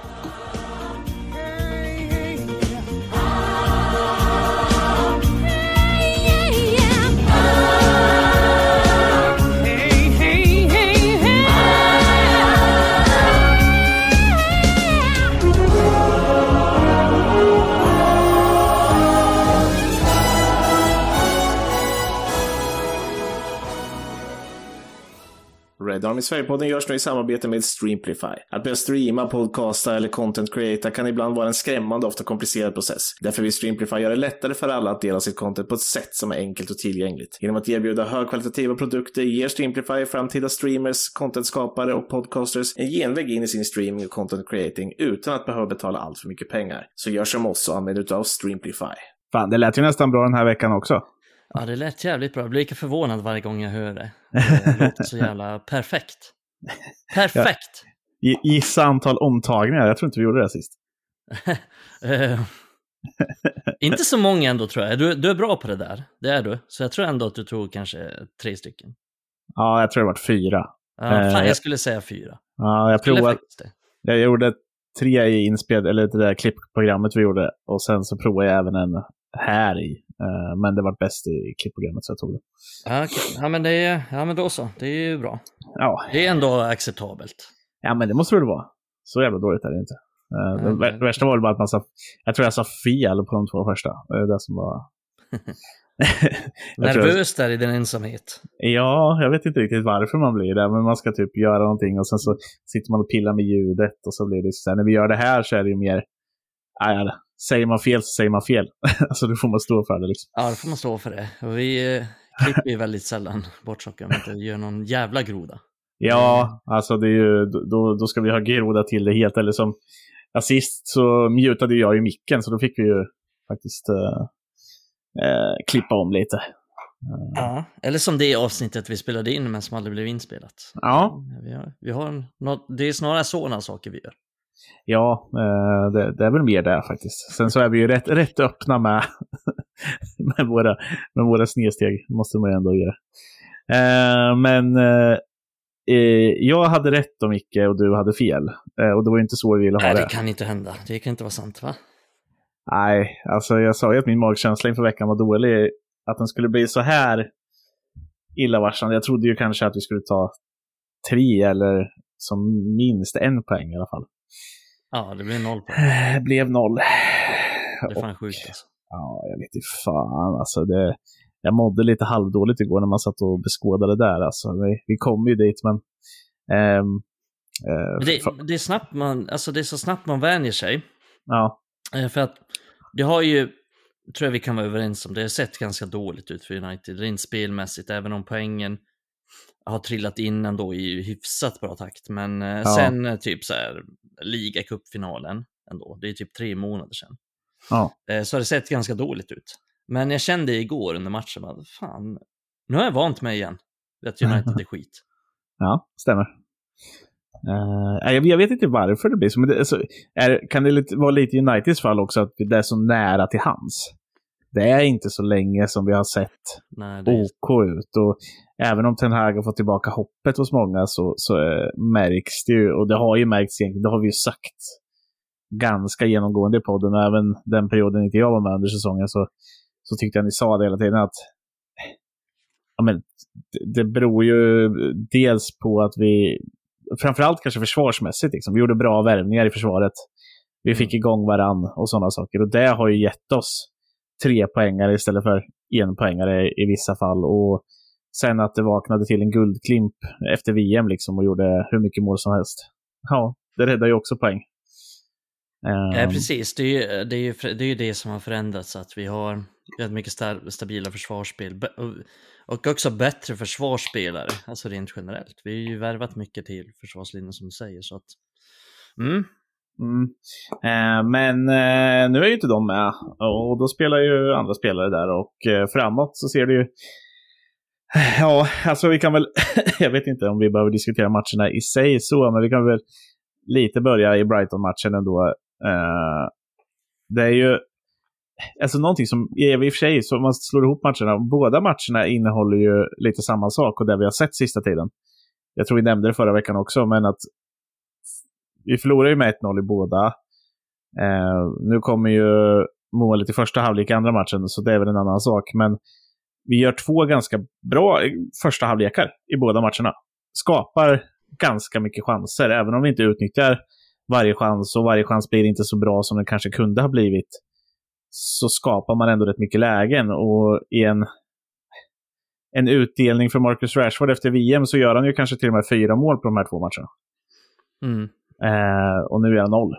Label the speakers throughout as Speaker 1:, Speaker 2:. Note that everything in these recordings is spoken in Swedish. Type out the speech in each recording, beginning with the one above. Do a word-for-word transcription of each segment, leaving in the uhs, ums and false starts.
Speaker 1: Red Army Sverigepodden görs nu i samarbete med Streamplify. Att börja streama, podcasta eller content creata kan ibland vara en skrämmande, ofta komplicerad process. Därför vill Streamplify göra det lättare för alla att dela sitt content på ett sätt som är enkelt och tillgängligt. Genom att erbjuda högkvalitativa produkter ger Streamplify framtida streamers, contentskapare och podcasters en genväg in i sin streaming och content creating utan att behöva betala allt för mycket pengar. Så gör som oss och använd utav Streamplify.
Speaker 2: Fan, det lät ju nästan bra den här veckan också.
Speaker 3: Ja, det lät jävligt bra. Jag blir lika förvånad varje gång jag hör det. Det låter så jävla perfekt. Perfekt!
Speaker 2: Ja. Gissa antal omtagningar. Jag tror inte vi gjorde det sist.
Speaker 3: uh, inte så många ändå, tror jag. Du, du är bra på det där. Det är du. Så jag tror ändå att du tog kanske tre stycken.
Speaker 2: Ja, jag tror det var fyra.
Speaker 3: Ja, fan, jag skulle säga fyra.
Speaker 2: Ja, jag provade. Jag gjorde tre i inspel, eller det där klippprogrammet vi gjorde. Och sen så provade jag även en här i. Uh, men det var bäst i klippprogrammet så jag tog det.
Speaker 3: Ja, okay. Ja, men det är, ja, men då så. Det är ju bra.
Speaker 2: Ja.
Speaker 3: Det är ändå acceptabelt.
Speaker 2: Ja, men det måste väl vara. Så jävla dåligt är det inte. Uh, okay. Det värsta var bara att man sa, jag tror jag sa fel på de två första. Det är det som var...
Speaker 3: Nervös där i den ensamhet.
Speaker 2: Ja, jag vet inte riktigt varför man blir det. Men man ska typ göra någonting och sen så sitter man och pillar med ljudet. Och så blir det så här, när vi gör det här så är det ju mer... Ja, säger man fel så säger man fel. Alltså då får man stå för det liksom.
Speaker 3: Ja, då får man stå för det. Och vi eh, klipper ju väldigt sällan bort saker om inte gör någon jävla groda.
Speaker 2: Ja, alltså det är ju, då, då ska vi ha groda till det helt. Eller som ja, sist så mutade jag ju micken så då fick vi ju faktiskt eh, eh, klippa om lite.
Speaker 3: Uh. Ja, eller som det avsnittet vi spelade in men som aldrig blev inspelat.
Speaker 2: Ja.
Speaker 3: Vi har, vi har något, det är snarare sådana saker vi gör.
Speaker 2: Ja, det, det är väl mer där faktiskt. Sen så är vi ju rätt, rätt öppna med, med, våra, med våra snedsteg. Måste man ju ändå göra. Eh, men eh, jag hade rätt om Micke och du hade fel. Eh, och det var ju inte så vi ville ha
Speaker 3: Nej,
Speaker 2: det.
Speaker 3: Nej, det kan inte hända. Det kan inte vara sant, va?
Speaker 2: Nej, alltså jag sa ju att min magkänsla inför veckan var dålig. Att den skulle bli så här illavarslande. Jag trodde ju kanske att vi skulle ta tre eller som minst en poäng i alla fall.
Speaker 3: Ja, det blev noll poäng.
Speaker 2: Det blev noll.
Speaker 3: Det är fan sjukt alltså.
Speaker 2: Ja, jag vet inte fan. Alltså det, jag mådde lite halvdåligt igår när man satt och beskådade där. Alltså, vi, vi kom ju dit, men... Ähm, äh,
Speaker 3: men det, det, är snabbt man, alltså det är så snabbt man vänjer sig.
Speaker 2: Ja.
Speaker 3: För att det har ju, tror jag vi kan vara överens om, det har sett ganska dåligt ut för United. Rent spelmässigt, även om poängen har trillat in ändå i hyfsat bra takt. Men ja. sen typ så här ligacupfinalen ändå, det är typ tre månader sedan.
Speaker 2: Ja.
Speaker 3: Så har det sett ganska dåligt ut. Men jag kände igår under matchen att fan, nu har jag vant mig igen att United är skit.
Speaker 2: Ja, stämmer. Uh, jag, jag vet inte varför det blir så, men det, alltså, är, kan det lite, vara lite Uniteds fall också att det är så nära till hands. Det är inte så länge som vi har sett
Speaker 3: Nej, det är...
Speaker 2: OK ut, och även om Ten Hag har fått tillbaka hoppet hos många så, så äh, märks det ju, och det har ju märkts egentligen, det har vi ju sagt ganska genomgående i podden, och även den perioden inte jag var med under säsongen så, så tyckte jag ni sa det hela tiden att ja, men, det, det beror ju dels på att vi framförallt kanske försvarsmässigt liksom. Vi gjorde bra värvningar i försvaret. Vi fick igång varann och sådana saker. Och det har ju gett oss tre poängare istället för en poängare i vissa fall. Och sen att det vaknade till en guldklimp efter V M liksom och gjorde hur mycket mål som helst. Ja, det räddar ju också poäng.
Speaker 3: Ja, um... precis. Det är, ju, det, är ju, det är ju det som har förändrats. Att vi har ett mycket stab- stabila försvarsspel. Och också bättre försvarsspelare. Alltså rent generellt. Vi har ju värvat mycket till försvarslinjen som du säger. Så att... Mm.
Speaker 2: Mm. Eh, men eh, nu är ju inte de med. Och då spelar ju andra spelare där. Och eh, framåt så ser det ju... Ja, alltså vi kan väl... jag vet inte om vi behöver diskutera matcherna i sig så. Men vi kan väl lite börja i Brighton-matchen ändå. Eh, det är ju... Alltså någonting som i och för sig, så man slår ihop matcherna, båda matcherna innehåller ju lite samma sak och det vi har sett sista tiden. Jag tror vi nämnde det förra veckan också, men att vi förlorar ju med ett noll i båda. Eh, nu kommer ju målet i första halvlek i andra matchen, så det är väl en annan sak. Men vi gör två ganska bra första halvlekar i båda matcherna. Skapar ganska mycket chanser, även om vi inte utnyttjar varje chans, och varje chans blir inte så bra som den kanske kunde ha blivit. Så skapar man ändå rätt mycket lägen, och i en, en utdelning för Marcus Rashford efter V M så gör han ju kanske till och med fyra mål på de här två matcherna.
Speaker 3: Mm.
Speaker 2: Eh, och nu är han noll.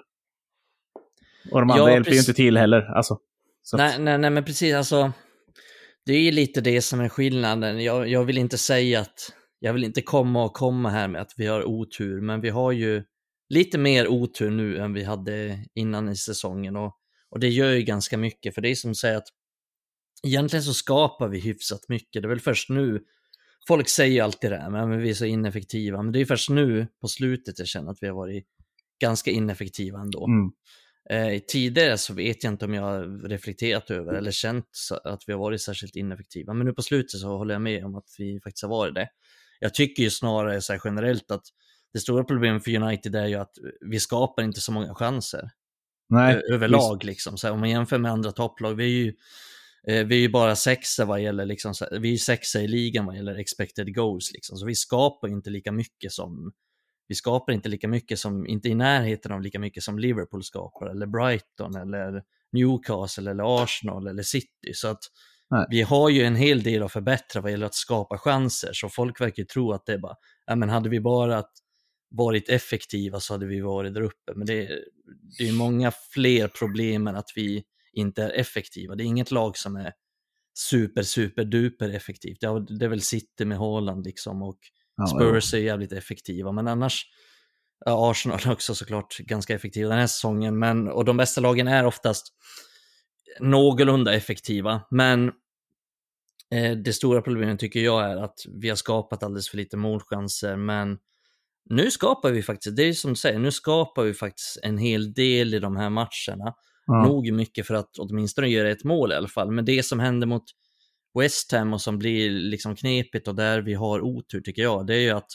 Speaker 2: Och de andra
Speaker 3: ja,
Speaker 2: hjälper ju inte till heller. Alltså, så
Speaker 3: nej,
Speaker 2: att...
Speaker 3: nej, nej, men precis. Alltså, det är ju lite det som är skillnaden. Jag, jag vill inte säga att jag vill inte komma och komma här med att vi har otur, men vi har ju lite mer otur nu än vi hade innan i säsongen, och, och det gör ju ganska mycket, för det är som säger att egentligen så skapar vi hyfsat mycket. Det är väl först nu, folk säger ju alltid det här, men vi är så ineffektiva, men det är först nu på slutet jag känner att vi har varit ganska ineffektiva ändå.
Speaker 2: Mm.
Speaker 3: Eh, tidigare så vet jag inte om jag har reflekterat över eller känt att vi har varit särskilt ineffektiva, men nu på slutet så håller jag med om att vi faktiskt har varit det. Jag tycker ju snarare så här generellt att det stora problemet för United är ju att vi skapar inte så många chanser.
Speaker 2: Nej,
Speaker 3: Ö- överlag liksom. Så här, om man jämför med andra topplag, vi är ju, eh, vi är ju bara sexa vad gäller liksom, så här, vi är sexa i ligan vad gäller expected goals liksom. Så vi skapar inte lika mycket som vi skapar inte lika mycket som, inte i närheten av lika mycket som Liverpool skapar, eller Brighton, eller Newcastle, eller Arsenal, eller City. Så att
Speaker 2: nej.
Speaker 3: Vi har ju en hel del att förbättra vad gäller att skapa chanser, så folk verkar tro att det är bara, ja men hade vi bara varit effektiva så hade vi varit där uppe, men det, det är många fler problem än att vi inte är effektiva. Det är inget lag som är super, super, duper effektivt. Ja, det är väl City med Haaland liksom, och Spurs är jävligt effektiva, men annars ja, Arsenal är också såklart ganska effektiva den här säsongen, men, och de bästa lagen är oftast någorlunda effektiva, men eh, det stora problemet tycker jag är att vi har skapat alldeles för lite målchanser, men nu skapar vi faktiskt, det är som du säger, nu skapar vi faktiskt en hel del i de här matcherna, ja. Nog mycket för att åtminstone göra ett mål i alla fall, men det som händer mot West Ham och som blir liksom knepigt och där vi har otur tycker jag, det är ju att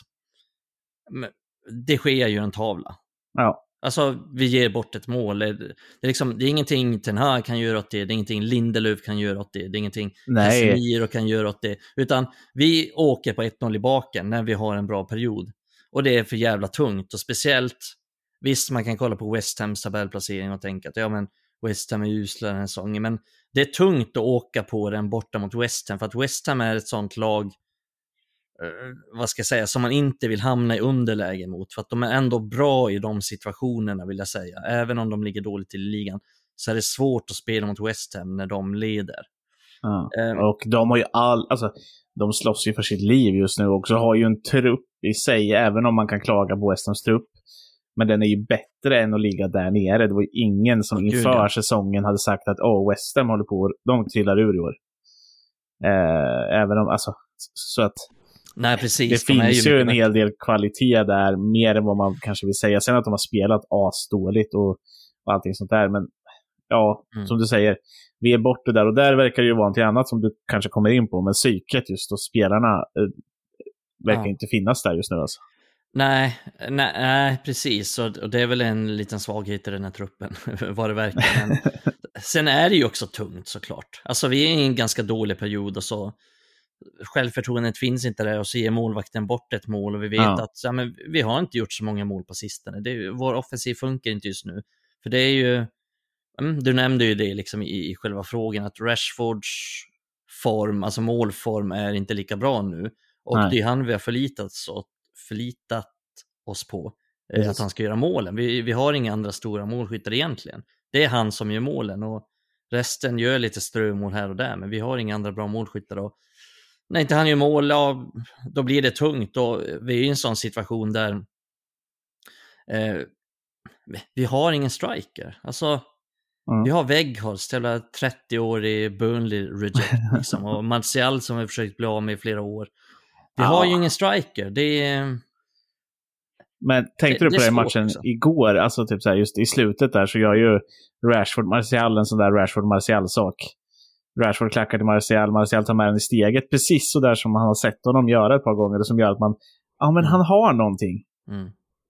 Speaker 3: det sker ju en tavla.
Speaker 2: Ja.
Speaker 3: Alltså vi ger bort ett mål. Det är, liksom, det är ingenting Ten Hag kan göra åt det, det är ingenting Lindelöf kan göra åt det, det är ingenting Casemiro kan göra åt det, utan vi åker på ett noll i baken när vi har en bra period. Och det är för jävla tungt, och speciellt, visst man kan kolla på West Hams tabellplacering och tänka att ja men West Ham är usla den här säsongen, men det är tungt att åka på den borta mot West Ham, för att West Ham är ett sånt lag, eh, vad ska jag säga, som man inte vill hamna i underläge mot, för att de är ändå bra i de situationerna vill jag säga, även om de ligger dåligt till i ligan, så är det svårt att spela mot West Ham när de leder.
Speaker 2: Ja. Um, och de har ju all, alltså de slåss ju för sitt liv just nu också, har ju en trupp i sig, även om man kan klaga på West Hams trupp. Men den är ju bättre än att ligga där nere. Det var ju ingen som oh, inför Gud. säsongen hade sagt att åh, West Ham håller på, de trillar ur i år. Eh, även om, alltså, så att
Speaker 3: nej, precis.
Speaker 2: Det de finns ju, ju en hel del kvalitet där, mer än vad man kanske vill säga. Sen att de har spelat asdåligt och, och allting sånt där. Men ja, mm. som du säger, vi är borta där, och där verkar det ju vara något annat som du kanske kommer in på. Men psyket just, och spelarna eh, verkar ja. inte finnas där just nu alltså.
Speaker 3: Nej, nej, nej, precis. Och, och det är väl en liten svaghet i den här truppen, vad det verkar. Men sen är det ju också tungt såklart. Alltså vi är i en ganska dålig period, och så självförtroendet finns inte där, och så ger målvakten bort ett mål, och vi vet ja. att ja, men vi har inte gjort så många mål på sistone. Det är, vår offensiv funkar inte just nu. För det är ju, du nämnde ju det liksom i, i själva frågan, att Rashfords form, alltså målform, är inte lika bra nu. Och nej. Det är han vi har förlitat så förlitat oss på, eh, att han ska göra målen. Vi, vi har inga andra stora målskyttar egentligen. Det är han som gör målen, och resten gör lite strömål här och där, men vi har inga andra bra målskyttar, och när inte han gör mål, ja, då blir det tungt, och vi är i en sån situation där eh, vi har ingen striker. Alltså mm. vi har Weghorst, till trettio-årig Burnley reject liksom, och Martial som vi försökt bli av med i flera år. Vi ja. har ju ingen striker. Det är...
Speaker 2: Men tänkte det, du på den matchen också. Igår, alltså typ så här, just i slutet där så gör ju Rashford Martial en sån där Rashford Martial-sak. Rashford klackar till Martial, Martial tar med den i steget, precis så där som han har sett honom göra ett par gånger, och som gör att man, ja men han har någonting.
Speaker 3: Mm.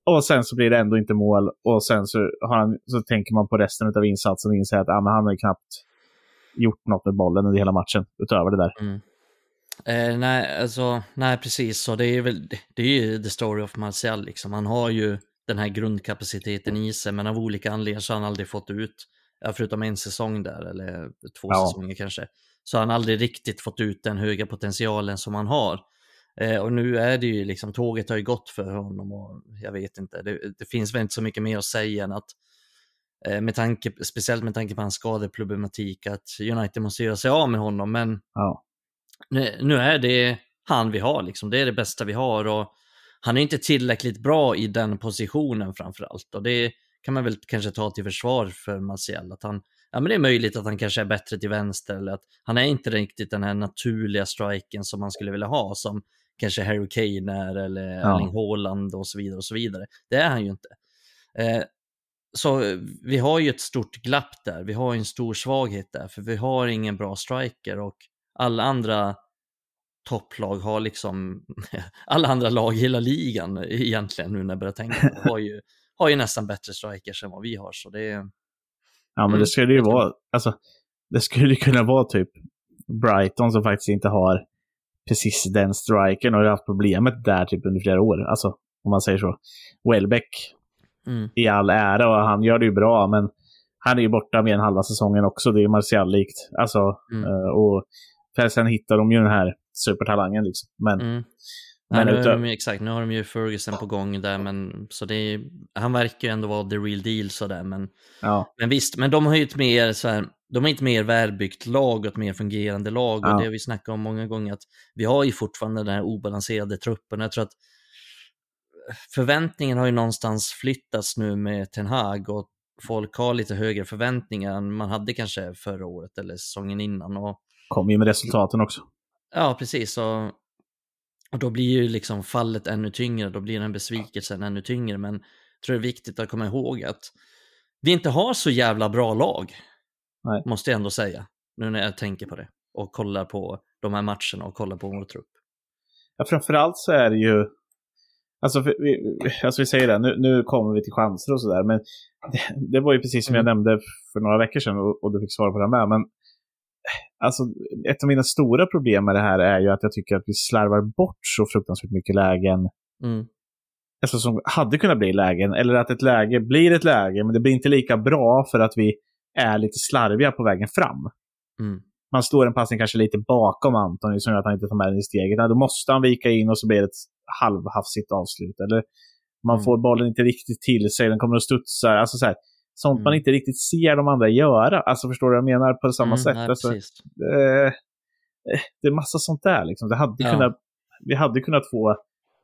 Speaker 2: Och sen så blir det ändå inte mål. Och sen så, har han, så tänker man på resten av insatsen och inser att ah, men han har ju knappt gjort något med bollen under hela matchen utöver det där.
Speaker 3: Mm. Eh, nej, alltså, nej, precis. Så det är väl det är ju the story of Martial. Liksom. Han har ju den här grundkapaciteten i sig, men av olika anledningar så har han aldrig fått ut, ja, förutom en säsong där, eller två ja. säsonger kanske, så har han aldrig riktigt fått ut den höga potentialen som han har. Eh, och nu är det ju liksom, tåget har ju gått för honom och jag vet inte, det, det finns väl inte så mycket mer att säga än att eh, med tanke, speciellt med tanke på hans skadeproblematik, att United måste göra sig av med honom, men
Speaker 2: ja.
Speaker 3: nu, nu är det han vi har liksom, det är det bästa vi har och han är inte tillräckligt bra i den positionen framförallt, och det kan man väl kanske ta till försvar för Martial, att han, ja men det är möjligt att han kanske är bättre till vänster, eller att han är inte riktigt den här naturliga striken som man skulle vilja ha, som kanske Harry Kane är, eller ja. Erling Haaland och så vidare och så vidare. Det är han ju inte. Eh, så vi har ju ett stort glapp där, vi har en stor svaghet där, för vi har ingen bra striker, och alla andra topplag har liksom alla andra lag i hela ligan egentligen, nu när jag börjar tänka, har ju, har ju nästan bättre strikers än vad vi har, så det är...
Speaker 2: Ja, men det skulle ju mm. vara, alltså det skulle kunna vara typ Brighton som faktiskt inte har precis den striken och har haft problemet där typ under flera år, alltså om man säger så. Welbeck mm. i all ära, och han gör det ju bra, men han är ju borta med en halva säsongen också, det är Martial-likt, alltså mm. och för sen hittar de ju den här supertalangen liksom, men,
Speaker 3: mm. men ja, nu, utöver... de, exakt, nu har de ju Ferguson på gång där, men så det är, han verkar ju ändå vara the real deal sådär, men,
Speaker 2: ja.
Speaker 3: men visst, men de har ju ett mer så här, de har ett mer välbyggt lag och ett mer fungerande lag, och ja. det har vi snackat om många gånger, att vi har ju fortfarande den här obalanserade truppen. Jag tror att förväntningen har ju någonstans flyttats nu med Ten Hag, och folk har lite högre förväntningar än man hade kanske förra året eller säsongen innan, och
Speaker 2: kom ju med resultaten också.
Speaker 3: Ja, precis, och, och då blir ju liksom fallet ännu tyngre, då blir den besvikelsen ännu tyngre, men jag tror det är viktigt att komma ihåg att vi inte har så jävla bra lag. Nej. Måste jag ändå säga, nu när jag tänker på det och kollar på de här matcherna och kollar på vår trupp.
Speaker 2: Ja, framförallt så är det ju, alltså vi, alltså vi säger det, nu, nu kommer vi till chanser och sådär, men det, det var ju precis som mm. jag nämnde för några veckor sedan, och, och du fick svara på det med, men alltså ett av mina stora problem med det här är ju att jag tycker att vi slarvar bort så fruktansvärt mycket lägen
Speaker 3: mm.
Speaker 2: alltså som hade kunnat bli lägen, eller att ett läge blir ett läge, men det blir inte lika bra för att vi är lite slarviga på vägen fram.
Speaker 3: Mm.
Speaker 2: Man står en passning kanske lite bakom Anton, som gör att han inte tar med den i steget. Då måste han vika in och så blir det ett halvhafsigt avslut. Eller man mm. får bollen inte riktigt till sig, den kommer att studsa. Alltså så här, sånt mm. man inte riktigt ser de andra göra. Alltså förstår du vad jag menar? På samma mm, sätt.
Speaker 3: Nej,
Speaker 2: alltså, det, det är massa sånt där. Liksom. Det hade ja. kunnat, vi hade kunnat få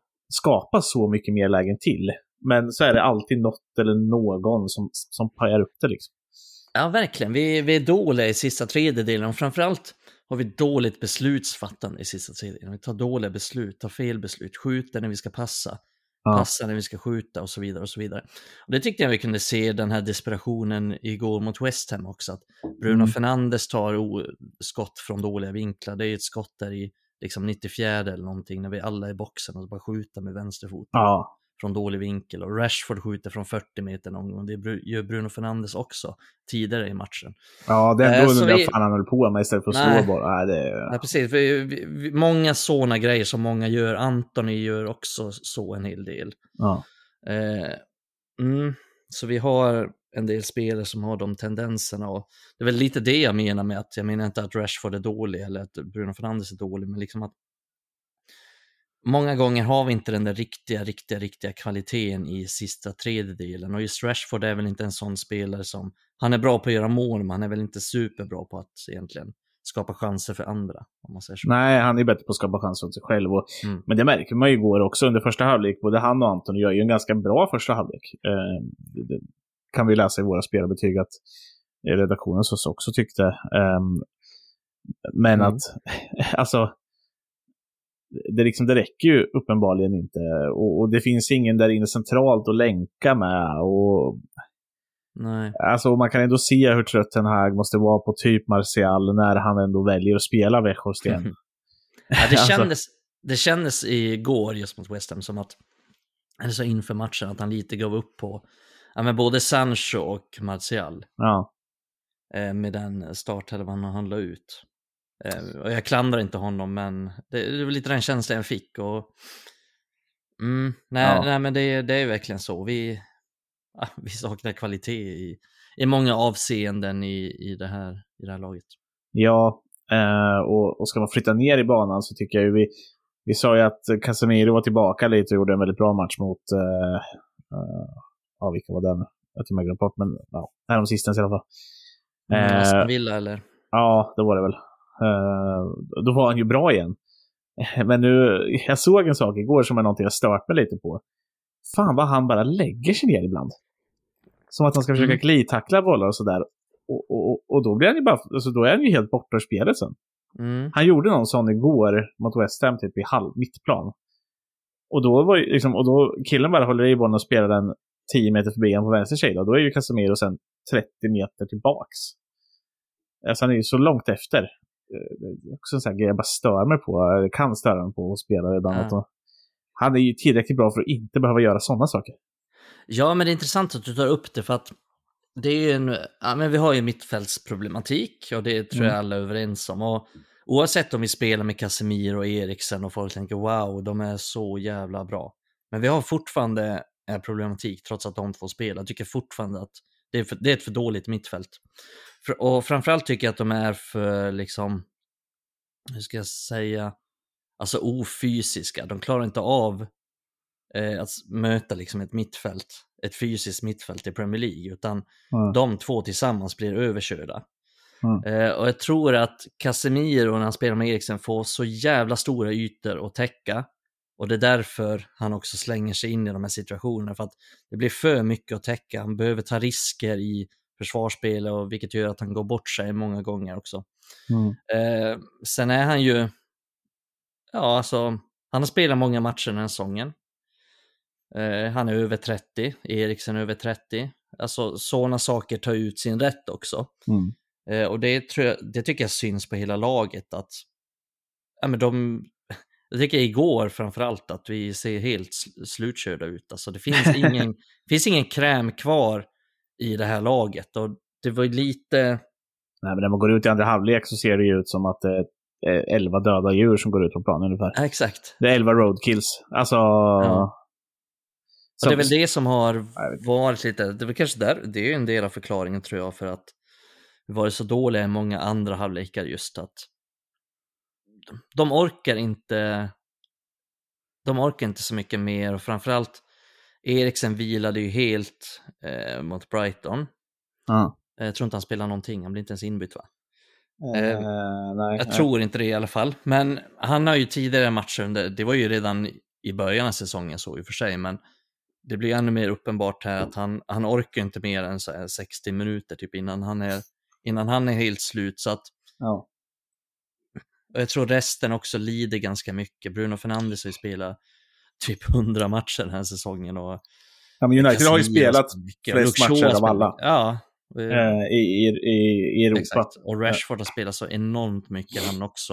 Speaker 2: skapa så mycket mer lägen till. Men så är det alltid något eller någon som, som pajar upp det liksom.
Speaker 3: Ja, verkligen. Vi, vi är dåliga i sista tredjedelen, och framförallt har vi dåligt beslutsfattande i sista tredjedelen. Vi tar dåliga beslut, tar fel beslut, skjuter när vi ska passa, ja. passar när vi ska skjuta och så vidare och så vidare. Och det tyckte jag vi kunde se den här desperationen igår mot West Ham också, att Bruno mm. Fernandes tar o- skott från dåliga vinklar. Det är ett skott där i liksom nittiofjärde eller någonting, när vi alla är i boxen och bara skjuter med vänsterfot.
Speaker 2: Ja.
Speaker 3: Från dålig vinkel, och Rashford skjuter från fyrtio meter någon gång. Det gör Bruno Fernandes också tidigare i matchen.
Speaker 2: Ja, det är ändå äh, det vi... fan han håller på med istället för att
Speaker 3: Nej.
Speaker 2: slå bara. Nej, det är...
Speaker 3: Nej, precis. Vi, vi, vi, många såna grejer som många gör. Anthony gör också så en hel del.
Speaker 2: Ja.
Speaker 3: Eh, mm, så vi har en del spelare som har de tendenserna, och det är väl lite det jag menar med att jag menar inte att Rashford är dålig eller att Bruno Fernandes är dålig, men liksom att många gånger har vi inte den där riktiga, riktiga, riktiga kvaliteten i sista tredjedelen, och just Rashford är väl inte en sån spelare som, han är bra på att göra mål, men han är väl inte superbra på att egentligen skapa chanser för andra, om man säger så.
Speaker 2: Nej, han är bättre på att skapa chanser åt sig själv, och,
Speaker 3: mm.
Speaker 2: men det märker man ju igår också under första halvlek, både han och Anton gör ju en ganska bra första halvlek. Eh, det kan vi läsa i våra spelarbetyg att redaktionen så också tyckte. Eh, men mm. att, alltså Det, liksom, det räcker ju uppenbarligen inte, och, och det finns ingen där inne centralt att länka med, och
Speaker 3: Nej.
Speaker 2: Alltså man kan ändå se hur trött Ten Hag måste vara på typ Martial när han ändå väljer att spela Weghorst.
Speaker 3: Ja, det kändes, det kändes igår just mot West Ham som att eller så inför matchen, att han lite gav upp på ja, men både Sancho och Martial.
Speaker 2: Ja.
Speaker 3: Eh, med den startelvan han la ut. Eh, och jag klandrar inte honom, men det, det var lite den känslan jag fick. Och, mm, nej,
Speaker 2: Ja.
Speaker 3: nej, men det, det är verkligen så. Vi, ja, vi saknar kvalitet i, i många avseenden i, i, det här, i det här laget.
Speaker 2: Ja, eh, och, och ska man flytta ner i banan så tycker jag ju vi, vi sa ju att Casemiro var tillbaka lite och gjorde en väldigt bra match mot eh, eh, ja, vilka var den? Jag tror jag glömde bort, men ja, här de sista i alla fall.
Speaker 3: Mm, Aston
Speaker 2: Eh,
Speaker 3: Villa eller?
Speaker 2: Ja, det var det väl. Uh, då var han ju bra igen. Men nu, jag såg en sak igår som är någonting jag stört mig lite på. Fan vad han bara lägger sig ner ibland. Som att han ska försöka
Speaker 3: Mm.
Speaker 2: glidtackla bollar och sådär. Och, och, och då blir han ju bara, alltså då är han ju helt borta ur spelet sen.
Speaker 3: Mm.
Speaker 2: Han gjorde någon sån igår mot West Ham typ i halv mittplan. Och då var ju liksom, och då killen bara håller i bollen och spelar den tio meter förbi han på vänster sida. Då är ju Casemiro sen trettio meter tillbaks. Alltså han är ju så långt efter. Det är också en sån här grej jag bara stör mig på. Jag kan störa mig på och spela ibland. Ja. Han är ju tillräckligt bra för att inte behöva göra sådana saker.
Speaker 3: Ja, men det är intressant att du tar upp det, för att det är ju en, ja, men vi har ju mittfältsproblematik och det tror jag alla är överens om. Och oavsett om vi spelar med Casemiro och Eriksen och folk tänker wow, de är så jävla bra. Men vi har fortfarande en problematik trots att de två spelar. Jag tycker fortfarande att det är, för, det är ett för dåligt mittfält. För, och framförallt tycker jag att de är för liksom, hur ska jag säga, alltså ofysiska. De klarar inte av eh, att möta liksom ett mittfält, ett fysiskt mittfält i Premier League, utan mm. de två tillsammans blir överkörda. Mm. Eh, och jag tror att Casemiro när han spelar med Eriksen får så jävla stora ytor att täcka, och det är därför han också slänger sig in i de här situationerna, för att det blir för mycket att täcka. Han behöver ta risker i försvarsspel, och vilket gör att han går bort sig många gånger också. Mm. Eh, sen är han ju, ja alltså, han har spelat många matcher den här säsongen. Eh, han är över trettio, Eriksen är över trettio. Alltså sådana saker tar ut sin rätt också. Mm. Eh, och det, tror jag, det tycker jag syns på hela laget, att ja, men de, jag tycker igår framförallt att vi ser helt slutkörda ut. Alltså det finns ingen, finns ingen kräm kvar i det här laget, och det var ju lite...
Speaker 2: Nej, men när man går ut i andra halvlek så ser det ju ut som att det är elva döda djur som går ut på planen ungefär.
Speaker 3: Ja, exakt.
Speaker 2: Det är elva roadkills. Alltså...
Speaker 3: Ja. Och det är väl det som har varit lite... Det är väl kanske där, det är ju en del av förklaringen tror jag, för att vi varit så dåliga i många andra halvlekar, just att de orkar inte... De orkar inte så mycket mer, och framförallt Eriksen vilade ju helt eh, mot Brighton.
Speaker 2: Ja.
Speaker 3: Jag tror inte han spelar någonting, han blir inte ens inbytt va?
Speaker 2: Uh,
Speaker 3: eh,
Speaker 2: nej,
Speaker 3: jag
Speaker 2: nej.
Speaker 3: tror inte det i alla fall. Men han har ju tidigare matcher under, det var ju redan i början av säsongen så i och för sig, men det blir ännu mer uppenbart här att han, han orkar inte mer än så här sextio minuter typ innan han är, innan han är helt slut. Så att,
Speaker 2: ja.
Speaker 3: Och jag tror resten också lider ganska mycket. Bruno Fernandes har ju spelat typ hundra matcher den här säsongen. Och
Speaker 2: ja, men United har ju spelat flest matcher av alla.
Speaker 3: Ja.
Speaker 2: Uh, i, i, i Europa.
Speaker 3: Exakt. Och Rashford har spelat så enormt mycket han också.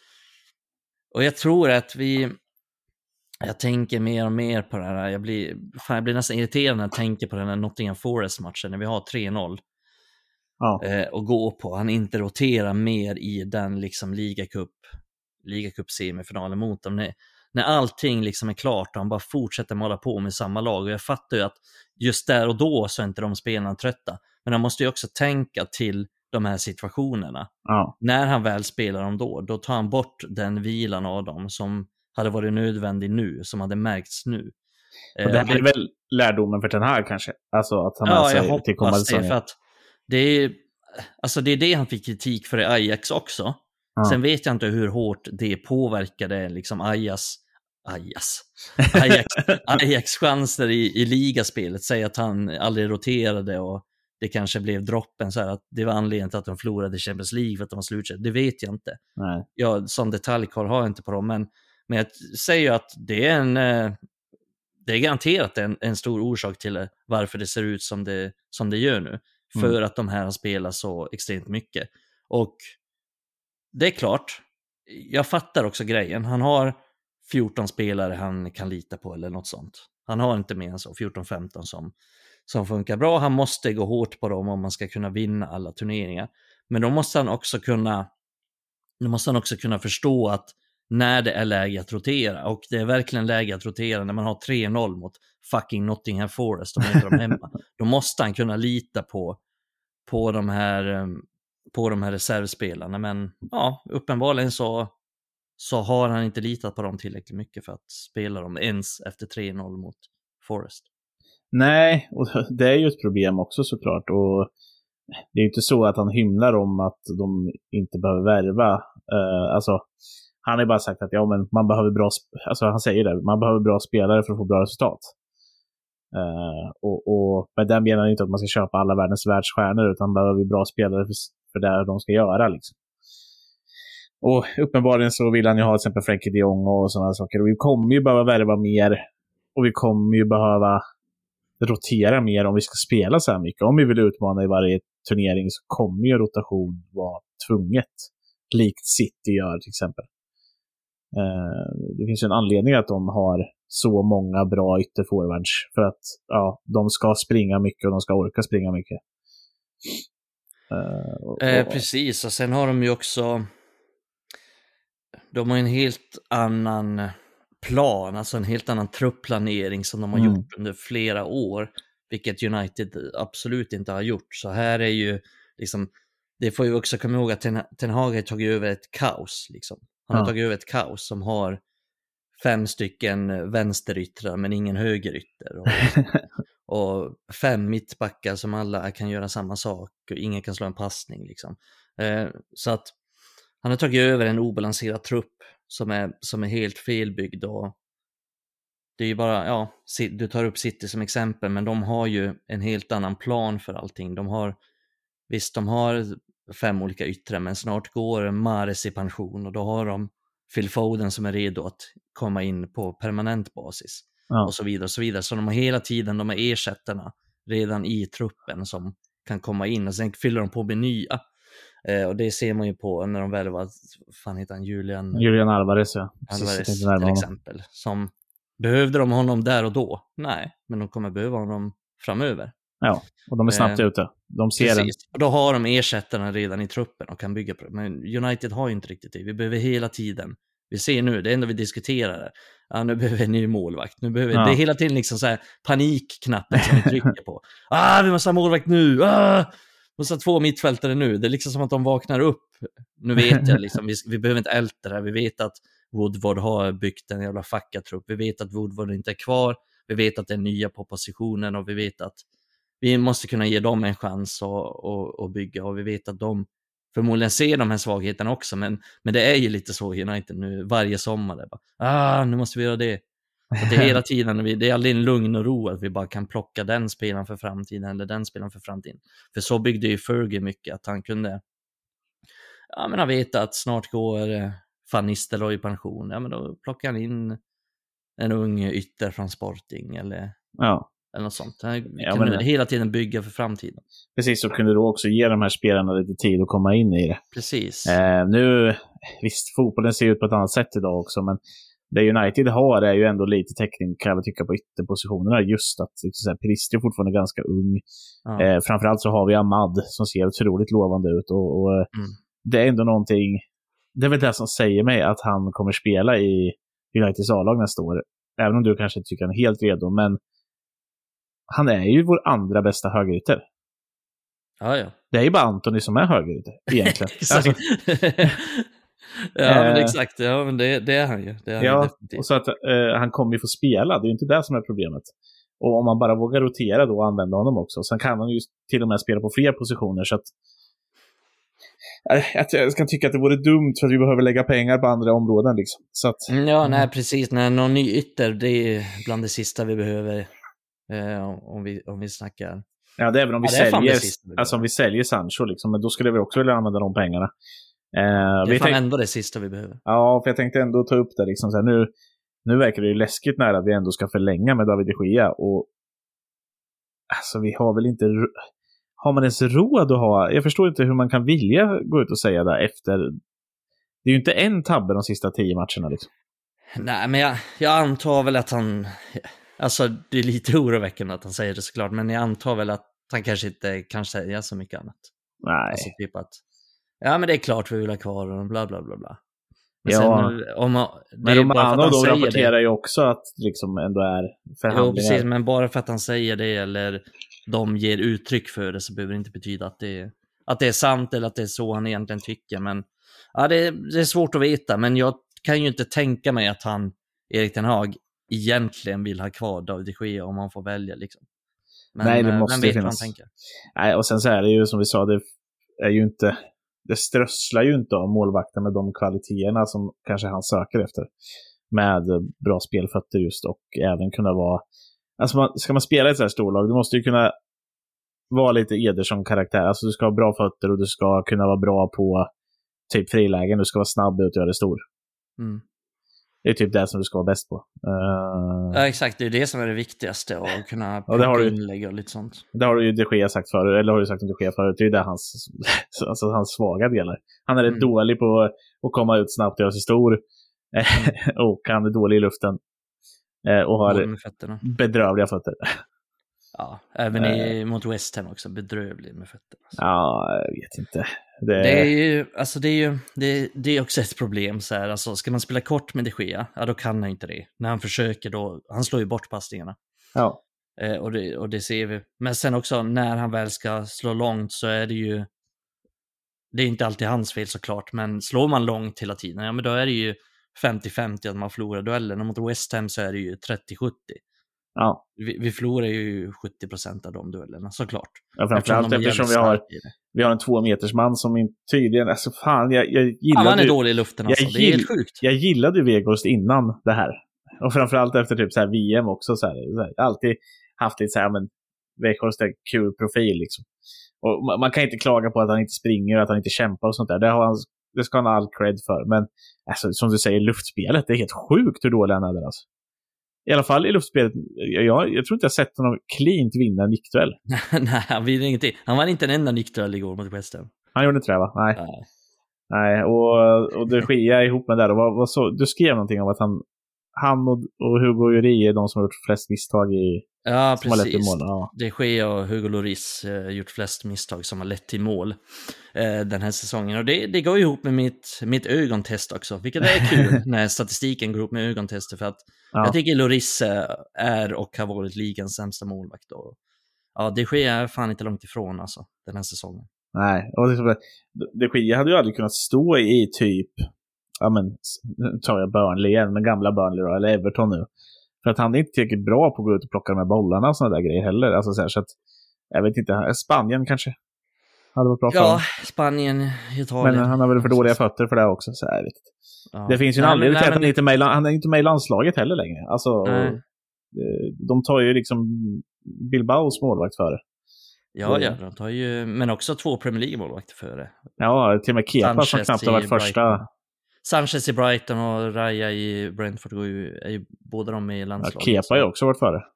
Speaker 3: Och jag tror att vi... Jag tänker mer och mer på det här. Jag blir, fan, jag blir nästan irriterad när jag tänker på den här Nottingham Forest-matchen när vi har tre noll.
Speaker 2: Ja.
Speaker 3: Eh, och gå på. Han inte roterar mer i den liksom ligacup ligacup-semifinalen mot dem. När, när allting liksom är klart och han bara fortsätter måla på med samma lag. Och jag fattar ju att just där och då så är inte de spelarna trötta. Men han måste ju också tänka till de här situationerna.
Speaker 2: Ja.
Speaker 3: När han väl spelar dem då, då tar han bort den vilan av dem som hade varit nödvändig nu, som hade märkts nu.
Speaker 2: Och det här är väl lärdomen för den här kanske? Alltså att han
Speaker 3: ja,
Speaker 2: sig
Speaker 3: jag hoppas
Speaker 2: till kommande
Speaker 3: det, för att det är, alltså det är det han fick kritik för i Ajax också. Ja. Sen vet jag inte hur hårt det påverkade liksom Ajax Ajax Ajax, Ajax chanser i, i ligaspelet. Säg att han aldrig roterade och det kanske blev droppen så här, att det var anledningen till att de förlorade Champions League för att de var slutkörda. Det vet jag inte.
Speaker 2: Nej.
Speaker 3: Jag som detaljkoll har jag inte på dem, men Men jag säger att det är en det är garanterat en, en stor orsak till varför det ser ut som det, som det gör nu. För mm. att de här spelar så extremt mycket. Och det är klart, jag fattar också grejen. Han har fjorton spelare han kan lita på eller något sånt. Han har inte mer än så fjorton femton som, som funkar bra. Han måste gå hårt på dem om man ska kunna vinna alla turneringar. Men då måste han också kunna då måste han också kunna förstå att när det är läge att rotera, och det är verkligen läge att rotera när man har tre noll mot fucking Nottingham Forest och möter dem hemma. Då måste han kunna lita på, på, de här, på de här reservspelarna. Men ja, uppenbarligen så, så har han inte litat på dem tillräckligt mycket för att spela dem ens efter tre noll mot Forest.
Speaker 2: Nej, och det är ju ett problem också såklart. Och det är ju inte så att han hymlar om att de inte behöver värva. Uh, alltså, han har bara sagt att ja, men man behöver bra, alltså han säger det, man behöver bra spelare för att få bra resultat. Uh, och, och med den menar han inte att man ska köpa alla världens världsstjärnor, utan man behöver bra spelare för, för det de ska göra liksom. Och uppenbarligen så vill han ju ha till exempel Frenkie de Jong och sådana saker. Och vi kommer ju behöva värva mer, och vi kommer ju behöva rotera mer om vi ska spela så här mycket. Om vi vill utmana i varje turnering så kommer ju rotation vara tvunget. Likt City gör till exempel. Uh, det finns ju en anledning att de har så många bra ytterforwards. För att ja, de ska springa mycket och de ska orka springa mycket. Uh, och, och...
Speaker 3: Eh, precis, och sen har de ju också de har en helt annan plan, alltså en helt annan truppplanering som de har mm. gjort under flera år, vilket United absolut inte har gjort. Så här är ju liksom, det får ju också komma ihåg att Ten, Ten Hag har tagit över ett kaos liksom. Han har ja. tagit över ett kaos som har fem stycken vänsteryttrar men ingen högerytter och, och fem mittbackar som alla kan göra samma sak och ingen kan slå en passning liksom. Eh, så att han har tagit över en obalanserad trupp som är, som är helt felbyggd, och det är ju bara, ja, du tar upp City som exempel, men de har ju en helt annan plan för allting. De har, visst de har fem olika yttrar, men snart går Mahrez i pension och då har de Phil Foden som är redo att komma in på permanent basis ja. och så vidare och så vidare. Så de har hela tiden de här ersättarna redan i truppen som kan komma in, och sen fyller de på med nya. Eh, och det ser man ju på när de väl var, fan heter han, Julian
Speaker 2: Julian Alvarez, ja.
Speaker 3: Alvarez till exempel. Som, behövde de honom där och då? Nej, men de kommer behöva honom framöver.
Speaker 2: Ja, och de är snabbt eh, ute. De ser precis. Den.
Speaker 3: Och då har de ersättarna redan i truppen och kan bygga på det. Men United har ju inte riktigt det. Vi behöver hela tiden. Vi ser nu, det enda vi diskuterar är, ja, nu behöver vi en ny målvakt. Nu behöver, ja. Det är hela tiden liksom så här panikknappen som vi trycker på. Ah, vi måste ha målvakt nu! Ah! Vi måste ha två mittfältare nu. Det är liksom som att de vaknar upp. Nu vet jag liksom, vi, vi behöver inte älta det här. Vi vet att Woodward har byggt en jävla fackatrupp. Vi vet att Woodward inte är kvar. Vi vet att det är nya på positionen, och vi vet att vi måste kunna ge dem en chans att, att, att bygga, och vi vet att de förmodligen ser de här svagheterna också, men, men det är ju lite så i United nu varje sommar. Det bara, ah, nu måste vi göra det. Så det är hela tiden, det är aldrig en lugn och ro att vi bara kan plocka den spelaren för framtiden eller den spelaren för framtiden. För så byggde ju Fergie mycket, att han kunde, ja men han vet att snart går Van Nistelrooy i pension, ja men då plockar han in en ung ytter från Sporting eller
Speaker 2: ja.
Speaker 3: eller något sånt. Han
Speaker 2: ja,
Speaker 3: kunde
Speaker 2: men,
Speaker 3: hela tiden bygga för framtiden.
Speaker 2: Precis, så kunde du också ge de här spelarna lite tid att komma in i det.
Speaker 3: Precis.
Speaker 2: Eh, nu, visst, fotbollen ser ut på ett annat sätt idag också, men det United har är ju ändå lite täckning, kan jag tycka, på ytterpositionerna. Just att liksom, Piristi är fortfarande ganska ung. Ja. Eh, framförallt så har vi Ahmad som ser otroligt lovande ut. Och, och mm. det är ändå någonting, det är väl det som säger mig att han kommer spela i Uniteds A-lag nästa år. Även om du kanske tycker han är helt redo, men han är ju vår andra bästa högerytter.
Speaker 3: Ja, ja.
Speaker 2: Det är ju bara Antoni som är högerytter, egentligen. alltså,
Speaker 3: ja, men exakt. Ja, men det, det är han ju. Det är
Speaker 2: ja,
Speaker 3: han ju
Speaker 2: och så att uh, han kommer ju få spela. Det är ju inte det som är problemet. Och om man bara vågar rotera då och använda honom också, sen kan han ju till och med spela på fler positioner. Så att uh, jag kan tycka att det vore dumt för att vi behöver lägga pengar på andra områden. Liksom. Så att,
Speaker 3: ja, nej, precis. Nej, någon ny ytter, det är bland det sista vi behöver. Eh, om, vi, om vi snackar.
Speaker 2: Ja, det är väl om vi ja, säljer alltså om vi säljer Sancho liksom, men då skulle vi också vilja använda de pengarna. Eh,
Speaker 3: det är fan tänk... ändå det sista vi behöver.
Speaker 2: Ja, för jag tänkte ändå ta upp det liksom, så här, nu, nu verkar det ju läskigt nära att vi ändå ska förlänga med David de Gea, och alltså vi har väl inte, har man ens råd att ha, jag förstår inte hur man kan vilja gå ut och säga det efter, det är ju inte en tabbe de sista tio matcherna liksom.
Speaker 3: Nej, men jag, jag antar väl att han alltså det är lite oroväckande att han säger det såklart, men jag antar väl att han kanske inte kan säga så mycket annat.
Speaker 2: Nej.
Speaker 3: Alltså typ att, ja men det är klart vi vill ha kvar och bla bla bla bla. Men
Speaker 2: ja,
Speaker 3: sen, om man,
Speaker 2: men Romano då rapporterar det. ju också att liksom ändå är förhandlingar.
Speaker 3: Jo, precis, men bara för att han säger det eller de ger uttryck för det så behöver det inte betyda att det, att det är sant eller att det är så han egentligen tycker. Men ja, det, det är svårt att veta, men jag kan ju inte tänka mig att han, Erik ten Hag, egentligen vill ha kvar David de Gea om han får välja liksom. Men,
Speaker 2: Nej, det måste
Speaker 3: vem vet
Speaker 2: finnas.
Speaker 3: vad han tänker.
Speaker 2: Nej, och sen så är det ju som vi sa, det är ju inte, det strösslar ju inte av målvakten med de kvaliteterna som kanske han söker efter. Med bra spelfötter just och även kunna vara, alltså man, ska man spela i ett så här storlag, du måste ju kunna vara lite Ederson-karaktär. Alltså du ska ha bra fötter och du ska kunna vara bra på typ frilägen, du ska vara snabb ut och göra det stor.
Speaker 3: Mm.
Speaker 2: Det är typ det som du ska vara bäst på. Uh...
Speaker 3: Ja, exakt. Det är det som är det viktigaste. Att kunna
Speaker 2: ja, det har du,
Speaker 3: inlägg och lite sånt.
Speaker 2: Det har du ju de Gea sagt förut. Eller har du sagt om de Gea förut. Det är ju det hans, alltså hans svaga delar. Han är mm. dålig på att komma ut snabbt och göra sig stor. Mm. Och han är dålig i luften. Och har bedrövliga fötter.
Speaker 3: Ja, även i, mot West Ham också. Bedrövlig med fötterna. Alltså.
Speaker 2: Ja, jag vet inte. Det,
Speaker 3: det är ju, alltså det är ju, det, det är också ett problem så här. Alltså ska man spela kort med de Gea, ja då kan han inte det. När han försöker då, han slår ju bort passningarna.
Speaker 2: Ja.
Speaker 3: Eh, och, det, och det ser vi. Men sen också när han väl ska slå långt så är det ju, det är inte alltid hans fel såklart, men slår man långt hela tiden, ja men då är det ju femtio femtio att man förlorar duellen. Och mot West Ham så är det ju trettio sjuttio.
Speaker 2: Ja.
Speaker 3: Vi, vi förlorar ju sjuttio procent av de duellerna, såklart.
Speaker 2: Ja, framförallt eftersom, eftersom vi har vi har en två meters man som inte tydligen, alltså fan, jag, jag gillade...
Speaker 3: Han är dålig i luften alltså, det är helt sjukt.
Speaker 2: Jag gillade ju Weghorst innan det här. Och framförallt efter typ så här V M också så här, så här alltid haft lite så här, men Weghorst är en kul profil liksom. Och man, man kan inte klaga på att han inte springer och att han inte kämpar och sånt där. Det, har han, det ska han ha all cred för. Men alltså, som du säger, luftspelet, det är helt sjukt hur dålig han är där alltså. I alla fall i luftspelet, jag, jag tror inte jag sett honom cleant vinna en nickduell.
Speaker 3: Nej, han vinner ingenting. Han var inte en enda nickduell igår mot West Ham.
Speaker 2: Han gjorde inte det, va? Nej. Nej, Nej och, och det sker ihop med det där. Och vad, vad så, du skrev någonting om att han, han och, och Hugo Lloris är de som har gjort flest misstag i...
Speaker 3: Ja, precis. Ja. Det sker och Hugo Lloris har gjort flest misstag som har lett till mål eh, den här säsongen. Och det, det går ihop med mitt, mitt ögontest också, vilket är kul när statistiken går ihop med ögontester. För att ja. Jag tycker Lloris är och har varit ligans sämsta målvakt. Och, ja, det sker fan inte långt ifrån alltså, den här säsongen.
Speaker 2: Nej, och det, det sker, hade ju aldrig kunnat stå i typ, ja men, nu tar jag Burnley igen, men gamla Burnley då, eller Everton nu. För att han är inte tillräckligt bra på att gå ut och plocka de här bollarna och sådana där grejer heller. Alltså så, här, så att, jag vet inte, Spanien kanske hade varit bra för
Speaker 3: Ja,
Speaker 2: honom.
Speaker 3: Spanien, Italien.
Speaker 2: Men han har väl för dåliga fötter för det också, så här, vet ja. Det finns ju en anledning till att han inte med, han är inte med i landslaget heller längre. Alltså, de tar ju liksom Bilbaos målvakt före.
Speaker 3: Ja, ja, de tar ju, men också två Premier League-målvakter före.
Speaker 2: Ja, till och med Kepa som knappt har varit första...
Speaker 3: Sanchez i Brighton och Raya i Brentford går ju, är ju båda de med i landslaget.
Speaker 2: Ja, Kepa har ju också varit före.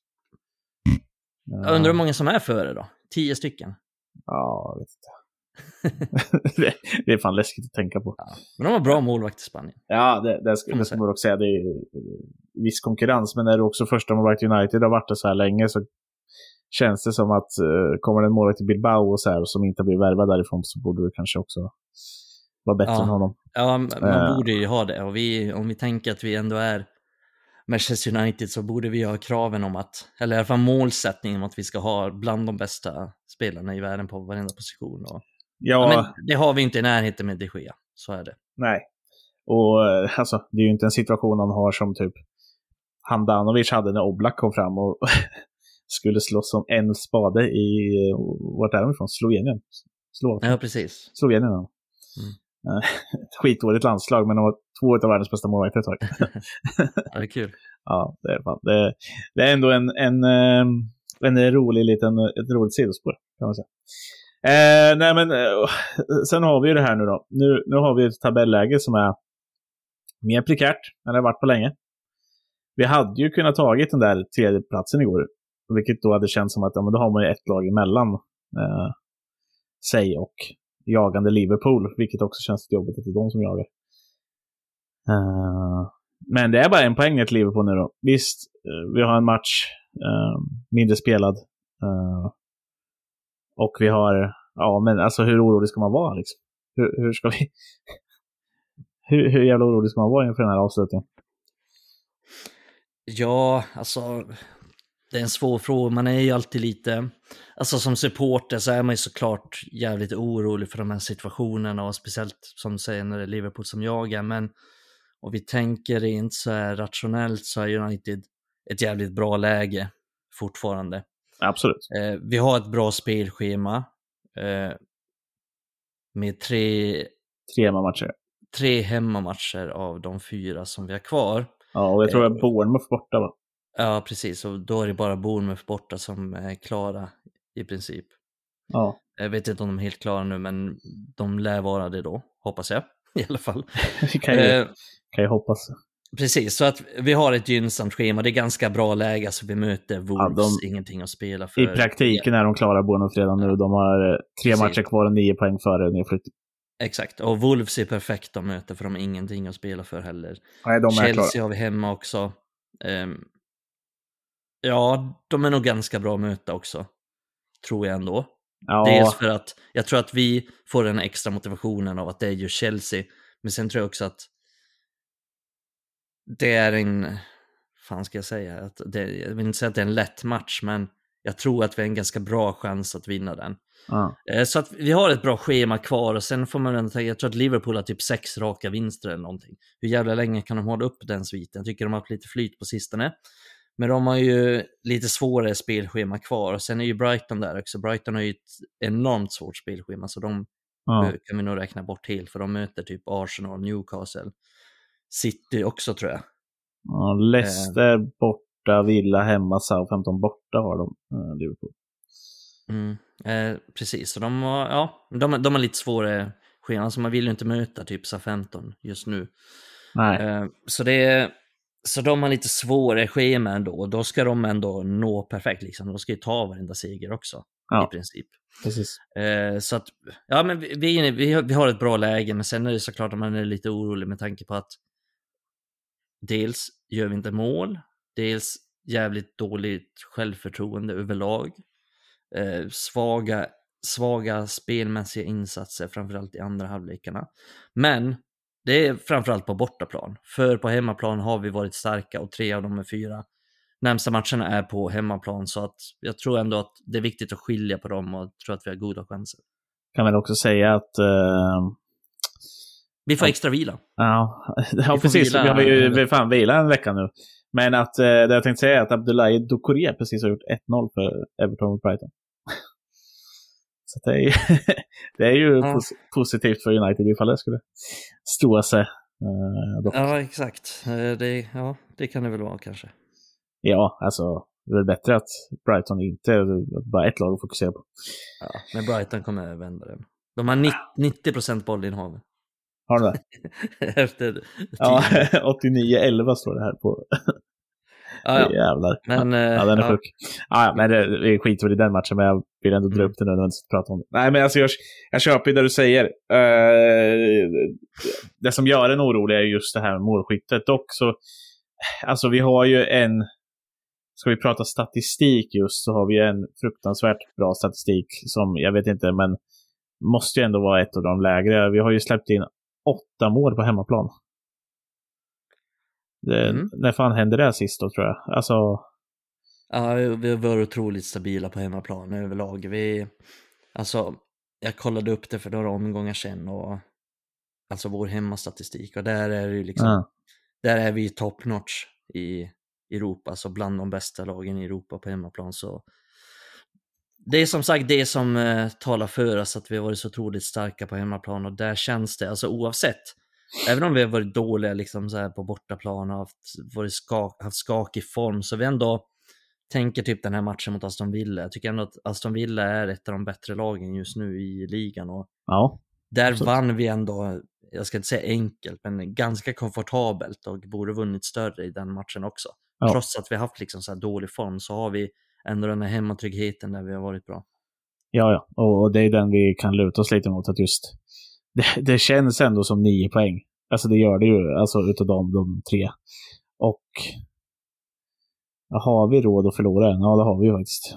Speaker 3: Jag undrar hur många som är före då? Tio stycken?
Speaker 2: Ja, jag vet inte. det, det är fan läskigt att tänka på.
Speaker 3: Ja, men de har bra målvakt i Spanien.
Speaker 2: Ja, det, det ska, det ska man också säga. Det är ju viss konkurrens, men när du också första målvakt i United har varit det så här länge så känns det som att uh, kommer det en målvakt till Bilbao och så här, som inte blir värvad därifrån så borde du kanske också vara bättre
Speaker 3: ja.
Speaker 2: än honom.
Speaker 3: Ja, man uh. borde ju ha det. Och vi, om vi tänker att vi ändå är Manchester United så borde vi ha kraven om att, eller i alla fall målsättningen om att vi ska ha bland de bästa spelarna i världen på varenda position. Och,
Speaker 2: ja.
Speaker 3: Ja, men det har vi inte i närheten med De Gea, så är det.
Speaker 2: Nej, och alltså, det är ju inte en situation han har som typ Handanovic hade när Oblak kom fram och skulle slåss om en spade i, vart är de ifrån? Slovenien. Slovenien.
Speaker 3: Ja, precis.
Speaker 2: Slovenien, ja. Mm. Skitårigt landslag, men de var två av världens bästa målvakter ett tag.
Speaker 3: Ja, det är kul.
Speaker 2: Ja, det är, fan, det, det är ändå en, en, en rolig liten, ett roligt sidospår, kan man säga. Eh, nej men, eh, sen har vi ju det här nu då. Nu, nu har vi ett tabelläge som är mer prekärt än det har varit på länge. Vi hade ju kunnat tagit den där tredje platsen igår, vilket då hade känts som att ja, men då har man ju ett lag emellan eh, sig och jagande Liverpool, vilket också känns jobbigt att det är de som jagar. Uh, Men det är bara en poäng ett Liverpool nu då. Visst, vi har en match uh, mindre spelad. Uh, och vi har, ja men alltså hur orolig ska man vara liksom? Hur, hur ska vi, hur, hur jävla orolig ska man vara inför den här avslutningen?
Speaker 3: Ja, alltså det är en svår fråga. Man är ju alltid lite, alltså som supporter så är man ju såklart jävligt orolig för de här situationerna och speciellt som du säger när det är Liverpool som jagar, men och vi tänker rent så här rationellt så är United ett jävligt bra läge fortfarande.
Speaker 2: Absolut.
Speaker 3: Eh, vi har ett bra spelschema eh, med tre
Speaker 2: tre hemmamatcher.
Speaker 3: Tre hemmamatcher av de fyra som vi har kvar.
Speaker 2: Ja, och jag tror
Speaker 3: eh,
Speaker 2: att Bournemouth borta va?
Speaker 3: Ja, precis. Och då är det bara Bournemouth borta som är klara i princip.
Speaker 2: Ja.
Speaker 3: Jag vet inte om de är helt klara nu, men de lär vara det då, hoppas jag i alla fall.
Speaker 2: Vi kan ju, eh, kan ju hoppas.
Speaker 3: Precis, så att vi har ett gynnsamt schema. Det är ganska bra läge, så vi möter Wolves, ja, de, ingenting att spela för.
Speaker 2: I praktiken är de klara Bournemouth redan nu. De har tre precis. matcher kvar och nio poäng före nedflyttning.
Speaker 3: Exakt, och Wolves är perfekt att möta för de har ingenting att spela för heller.
Speaker 2: Nej, de är
Speaker 3: Chelsea
Speaker 2: klara.
Speaker 3: Har vi hemma också. Um, ja, de är nog ganska bra att möta också, tror jag ändå. Ja. Dels för att jag tror att vi får den extra motivationen av att det är ju Chelsea. Men sen tror jag också att det är en, fan ska jag säga, att det, jag vill inte säga att det är en lätt match, men jag tror att vi har en ganska bra chans att vinna den.
Speaker 2: Ja.
Speaker 3: Så att vi har ett bra schema kvar och sen får man ändå tänka, jag tror att Liverpool har typ sex raka vinster eller någonting. Hur jävla länge kan de hålla upp den sviten? Jag tycker de har haft lite flyt på sistone. Men de har ju lite svårare spelschema kvar. Och sen är ju Brighton där också. Brighton har ju ett enormt svårt spelschema, så de ja. kan vi nog räkna bort helt. För de möter typ Arsenal, Newcastle, City också tror jag.
Speaker 2: Ja, Leicester eh. borta, Villa hemma, Southampton borta har de, eh, Liverpool.
Speaker 3: Mm, eh, precis, så de har, ja, de, de har lite svårare schema. Så man vill ju inte möta typ Southampton just nu.
Speaker 2: Nej.
Speaker 3: Eh, så det är... Så de har lite svårare schema ändå. Då ska de ändå nå perfekt liksom. De ska ju ta varenda seger också, ja, i princip.
Speaker 2: Precis.
Speaker 3: Eh, så att, ja men vi, vi, vi, vi har ett bra läge. Men sen är det såklart att man är lite orolig med tanke på att dels gör vi inte mål. Dels jävligt dåligt självförtroende överlag. Eh, svaga, svaga spelmässiga insatser, framförallt i andra halvlekarna. Men det är framförallt på bortaplan. För på hemmaplan har vi varit starka och tre av de fyra närmsta matcherna är på hemmaplan. Så att jag tror ändå att det är viktigt att skilja på dem och tror att vi har goda chanser.
Speaker 2: Kan man också säga att... Uh...
Speaker 3: Vi får extra vila.
Speaker 2: Ja, ja vi precis. Vila. Vi har ju vi fan vila en vecka nu. Men att uh, det jag tänkte säga är att Abdoulaye Doucouré precis har gjort ett noll för Everton och Brighton. Så det är ju, det är ju ja. pos- positivt för United ifall det skulle stå sig. Uh,
Speaker 3: ja, exakt. Uh, det, ja, det kan det väl vara kanske.
Speaker 2: Ja, alltså det är väl bättre att Brighton inte bara ett lag att fokusera på.
Speaker 3: Ja, men Brighton kommer vända den. De har nittio procent bollinnehav.
Speaker 2: Har de det?
Speaker 3: Efter
Speaker 2: ja, åttionio elva står det här på.
Speaker 3: Ja, ja.
Speaker 2: Jävlar.
Speaker 3: Men,
Speaker 2: ja, den är
Speaker 3: ja.
Speaker 2: sjuk. Ja, ja, men det är skit i den matchen, men jag vill ändå dra upp det nu och inte prata om det. Nej, men alltså jag, jag köper det du säger. Uh, det som gör en orolig är just det här med målskyttet. Dock så, alltså vi har ju en, ska vi prata statistik just, så har vi en fruktansvärt bra statistik som, jag vet inte, men måste ju ändå vara ett av de lägre. Vi har ju släppt in åtta mål på hemmaplan. Det, mm. När fan hände det sist då, tror jag? Alltså...
Speaker 3: Ja, vi har varit otroligt stabila på hemmaplan överlag. Vi, alltså, jag kollade upp det för några omgångar sedan och alltså vår hemmastatistik, och där är det ju liksom mm. där är vi top notch i Europa, så bland de bästa lagen i Europa på hemmaplan. Så det är som sagt det som eh, talar för oss, att vi har varit så otroligt starka på hemmaplan, och där känns det, alltså oavsett, även om vi har varit dåliga liksom så här på bortaplan och haft, varit skak, haft skakig form, så vi ändå tänker typ den här matchen mot Aston Villa. Jag tycker ändå att Aston Villa är ett av de bättre lagen just nu i ligan, och
Speaker 2: ja,
Speaker 3: där
Speaker 2: absolut.
Speaker 3: vann vi ändå, jag ska inte säga enkelt, men ganska komfortabelt, och borde vunnit större i den matchen också. Ja. Trots att vi har haft liksom så här dålig form, så har vi ändå den här hemmatryggheten där vi har varit bra.
Speaker 2: Ja, ja, och det är den vi kan luta oss lite mot, att just det, det känns ändå som nio poäng. Alltså det gör det ju, alltså utav de, de tre. Och har vi råd att förlora en? Ja, det har vi ju faktiskt.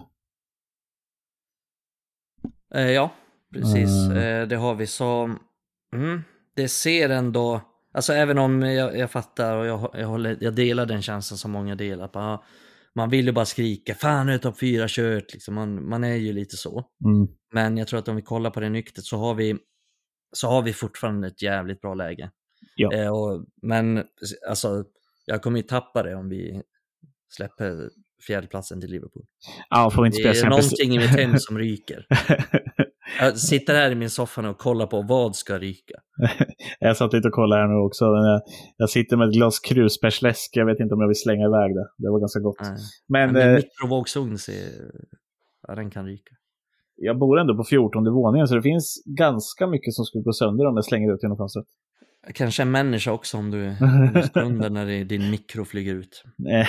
Speaker 3: Eh, ja, precis.
Speaker 2: Mm.
Speaker 3: Eh, det har vi. Så mm, det ser ändå, alltså även om jag, jag fattar och jag, jag, håller, jag delar den känslan som många delar. På, man vill ju bara skrika, fan nu är topp fyra kört. Liksom. Man, man är ju lite så.
Speaker 2: Mm.
Speaker 3: Men jag tror att om vi kollar på det nyktert så har vi, så har vi fortfarande ett jävligt bra läge.
Speaker 2: Ja.
Speaker 3: Eh, och, men alltså, jag kommer ju tappa det om vi släpper fjärdeplatsen till Liverpool.
Speaker 2: Ja, får vi inte
Speaker 3: det
Speaker 2: spela
Speaker 3: är någonting i mitt hem som ryker. Jag sitter här i min soffa och kollar på vad ska ryka.
Speaker 2: Jag satt lite och kollade här nu också. Jag, jag sitter med ett glas krusbärsläsk. Jag vet inte om jag vill slänga iväg det. Det var ganska gott.
Speaker 3: Nej.
Speaker 2: Men,
Speaker 3: Men
Speaker 2: eh,
Speaker 3: mikrovågsugn ser, ja, den kan ryka.
Speaker 2: jag bor ändå på fjortonde våningen så det finns ganska mycket som skulle gå sönder om jag slänger ut genom fönstret.
Speaker 3: Kanske en människa också om du just under när det, din mikro flyger ut.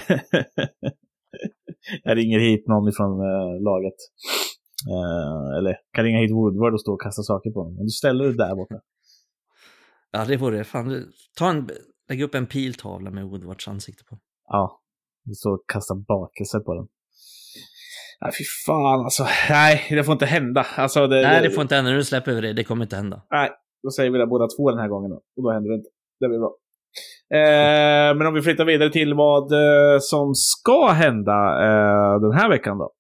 Speaker 2: Jag ringer hit någon ifrån äh, laget. Äh, eller kan ringa hit Woodward och stå och kasta saker på honom. Men du ställer det där borta.
Speaker 3: Ja, det vore fan. Du, ta en, lägg upp en piltavla med Woodwards ansikte på.
Speaker 2: Ja, du står och kastar bakelse på den. Nej, fy fan alltså. Nej, det får inte hända. Alltså, det,
Speaker 3: Nej,
Speaker 2: det,
Speaker 3: det får inte hända. Nu släpper vi det. Det kommer inte hända.
Speaker 2: Nej, då säger vi det båda två den här gången då. Och då händer det inte. Det blir bra. Eh, men om vi flyttar vidare till vad eh, som ska hända eh, den här veckan då.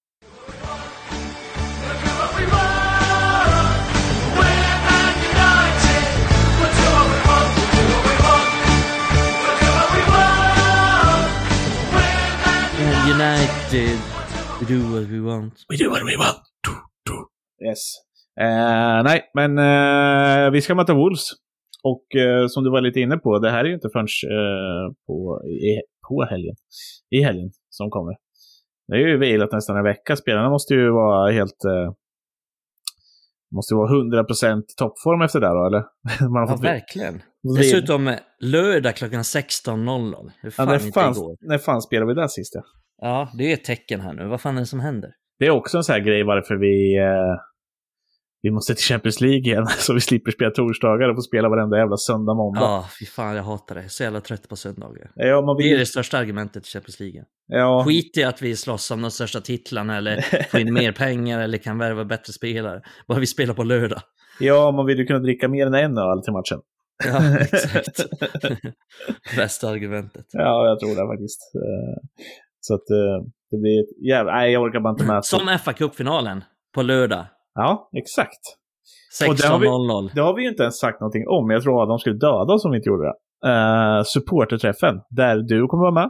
Speaker 3: United, we do what we want.
Speaker 2: We do what we want. Do, do. Yes. Eh, nej, men eh, vi ska möta Wolves. Och eh, som du var lite inne på, det här är ju inte förrän eh, på, i, på helgen. I helgen som kommer. Det är ju vilat nästan en vecka. Spelarna måste ju vara helt... Eh, måste ju vara hundra procent toppform efter det då, eller? Man har
Speaker 3: Ja,
Speaker 2: fått
Speaker 3: verkligen. Dessutom lördag klockan sexton noll noll. Hur fan
Speaker 2: ja,
Speaker 3: inte
Speaker 2: fan,
Speaker 3: igår?
Speaker 2: när fan spelar vi där sist? Ja?
Speaker 3: Ja, det är ett tecken här nu. Vad fan är det som händer?
Speaker 2: Det är också en sån här grej varför vi... Eh, Vi måste till Champions League igen så vi slipper spela torsdagar och få spela varenda jävla söndag, måndag.
Speaker 3: Ja, fy fan, jag hatar det. Så jävla trött på söndagar.
Speaker 2: Ja, man vill...
Speaker 3: Det är det största argumentet i Champions League.
Speaker 2: Ja.
Speaker 3: Skit i att vi slåss om de största titlarna eller få in mer pengar eller kan värva bättre spelare. Bara vi spelar på lördag.
Speaker 2: Ja, man vill ju kunna dricka mer än en öl till matchen.
Speaker 3: Ja, exakt. Bästa argumentet.
Speaker 2: Ja, jag tror det faktiskt. Så att det blir ett jävla... Nej, jag orkar bara inte med.
Speaker 3: Som F A Cup-finalen på lördag.
Speaker 2: Ja, exakt.
Speaker 3: sexton noll noll.
Speaker 2: Det har vi ju inte ens sagt någonting om. Jag tror att de skulle döda oss om vi inte gjorde det. Uh, supporterträffen, där du kommer vara med.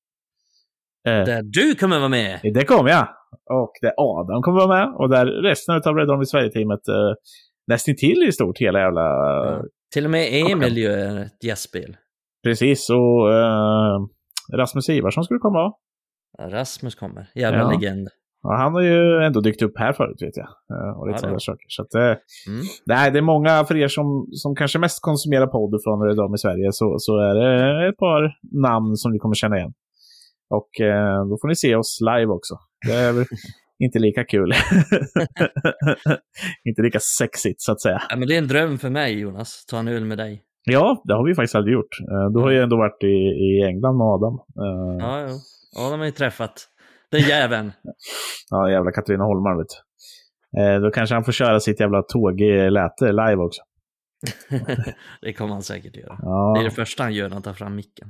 Speaker 2: Uh,
Speaker 3: där du kommer vara med.
Speaker 2: Det kommer jag. Och där Adam kommer vara med. Och där resten av Red On i Sverige-teamet uh, nästan till i stort hela jävla...
Speaker 3: Ja. Till och med Emil gör ett gästspel.
Speaker 2: Precis, och uh, Rasmus Ivarsson skulle komma.
Speaker 3: Ja, Rasmus kommer. Jävla
Speaker 2: ja.
Speaker 3: legend.
Speaker 2: Ja, han har ju ändå dykt upp här förut, vet jag. Och lite ja, sådana saker. Så att, mm. nej, det är många för er som, som kanske mest konsumerar podd från Red On i Sverige, så, så är det ett par namn som ni kommer känna igen. Och eh, då får ni se oss live också. Det är väl inte lika kul. Inte lika sexigt, så att säga.
Speaker 3: Ja, men det är en dröm för mig, Jonas. Ta en öl med dig.
Speaker 2: Ja, det har vi faktiskt aldrig gjort. Du har ju ändå varit i, i England med Adam.
Speaker 3: Ja, ja. Ja, de har ju träffat. Den jäveln.
Speaker 2: Ja, jävla Katarina Holmar, vet du. Eh, då kanske han får köra sitt jävla tåg i läte live också.
Speaker 3: Det kommer han säkert göra.
Speaker 2: Ja.
Speaker 3: Det är det första han gör när han tar fram micken.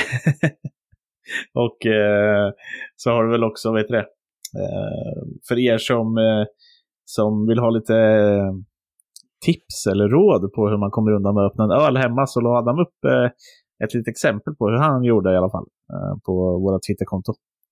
Speaker 2: Och eh, så har du väl också, vet du det, eh, för er som, eh, som vill ha lite eh, tips eller råd på hur man kommer undan med att öppna en öl hemma, så la Adam upp eh, ett litet exempel på hur han gjorde i alla fall eh, på våra Twitterkonto.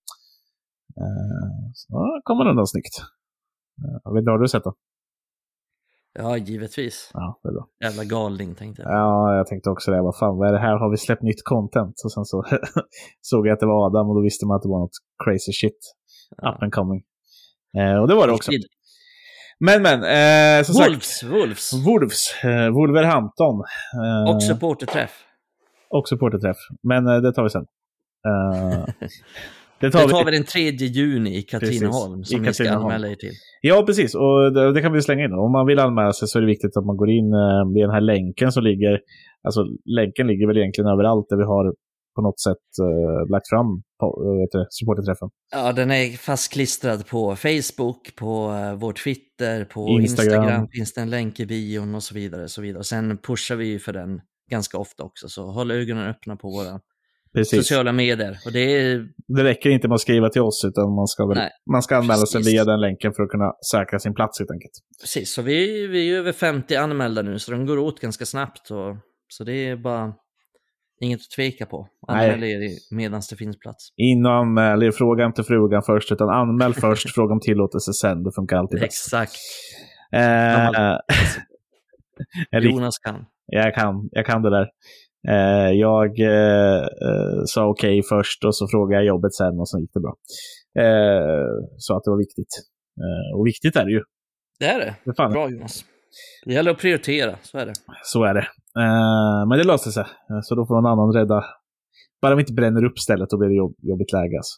Speaker 2: Uh, så kommer den då snyggt. Uh, jag vet inte, har du sett den?
Speaker 3: Ja, givetvis.
Speaker 2: Ja, det är bra.
Speaker 3: Jävla galning, tänkte jag.
Speaker 2: Ja, jag tänkte också det. Vad fan, vad är det här? Har vi släppt nytt content? Och sen så såg jag att det var Adam och då visste man att det var något crazy shit. Ja. Up and coming. Uh, och det var det också. Men, men. Uh, som
Speaker 3: Wolves,
Speaker 2: sagt,
Speaker 3: Wolves.
Speaker 2: Wolves. Uh, Wolverhampton. Uh,
Speaker 3: och supporterträff.
Speaker 2: Och supporterträff. Men uh, det tar vi sen. Uh, Det tar,
Speaker 3: det tar
Speaker 2: vi...
Speaker 3: vi den tredje juni i Katrineholm
Speaker 2: Precis,
Speaker 3: som
Speaker 2: i
Speaker 3: ni ska
Speaker 2: Katrineholm.
Speaker 3: anmäla er till.
Speaker 2: Ja, precis. Och det, det kan vi slänga in. Om man vill anmäla sig så är det viktigt att man går in eh, i den här länken som ligger... Alltså, länken ligger väl egentligen överallt där vi har på något sätt eh, lagt fram på, vet du, supporterträffen.
Speaker 3: Ja, den är fastklistrad på Facebook, på uh, vår Twitter, på
Speaker 2: Instagram.
Speaker 3: Instagram. Finns det en länk i bion och så vidare. Och så vidare. Sen pushar vi ju för den ganska ofta också. Så håll ögonen öppna på våra Precis. sociala medier. Och det, är...
Speaker 2: det räcker inte med att skriva till oss, utan man ska, väl, man ska anmäla
Speaker 3: Precis.
Speaker 2: sig via den länken för att kunna säkra sin plats helt enkelt.
Speaker 3: Precis, så vi, vi är över femtio anmälda nu, så de går åt ganska snabbt. Och, så det är bara inget att tveka på. Anmäl er medan det finns plats.
Speaker 2: In och anmäl er, fråga inte frugan först, utan anmäl först, fråga om tillåtelse sen. Det funkar alltid bäst.
Speaker 3: Exakt.
Speaker 2: Eh,
Speaker 3: Jonas kan.
Speaker 2: Jag kan, jag kan det där. Eh, jag eh, sa okej okay först och så frågade jag jobbet sen och så gick det bra. Eh, så att det var viktigt. Eh, och viktigt är det ju.
Speaker 3: Det är det. det bra Jonas. Det gäller att prioritera, så är det. Så
Speaker 2: är det. Uh, men det löste sig. Uh, så då får någon annan rädda. Bara vi inte bränner upp stället, då blir det jobb, jobbigt läge. Alltså.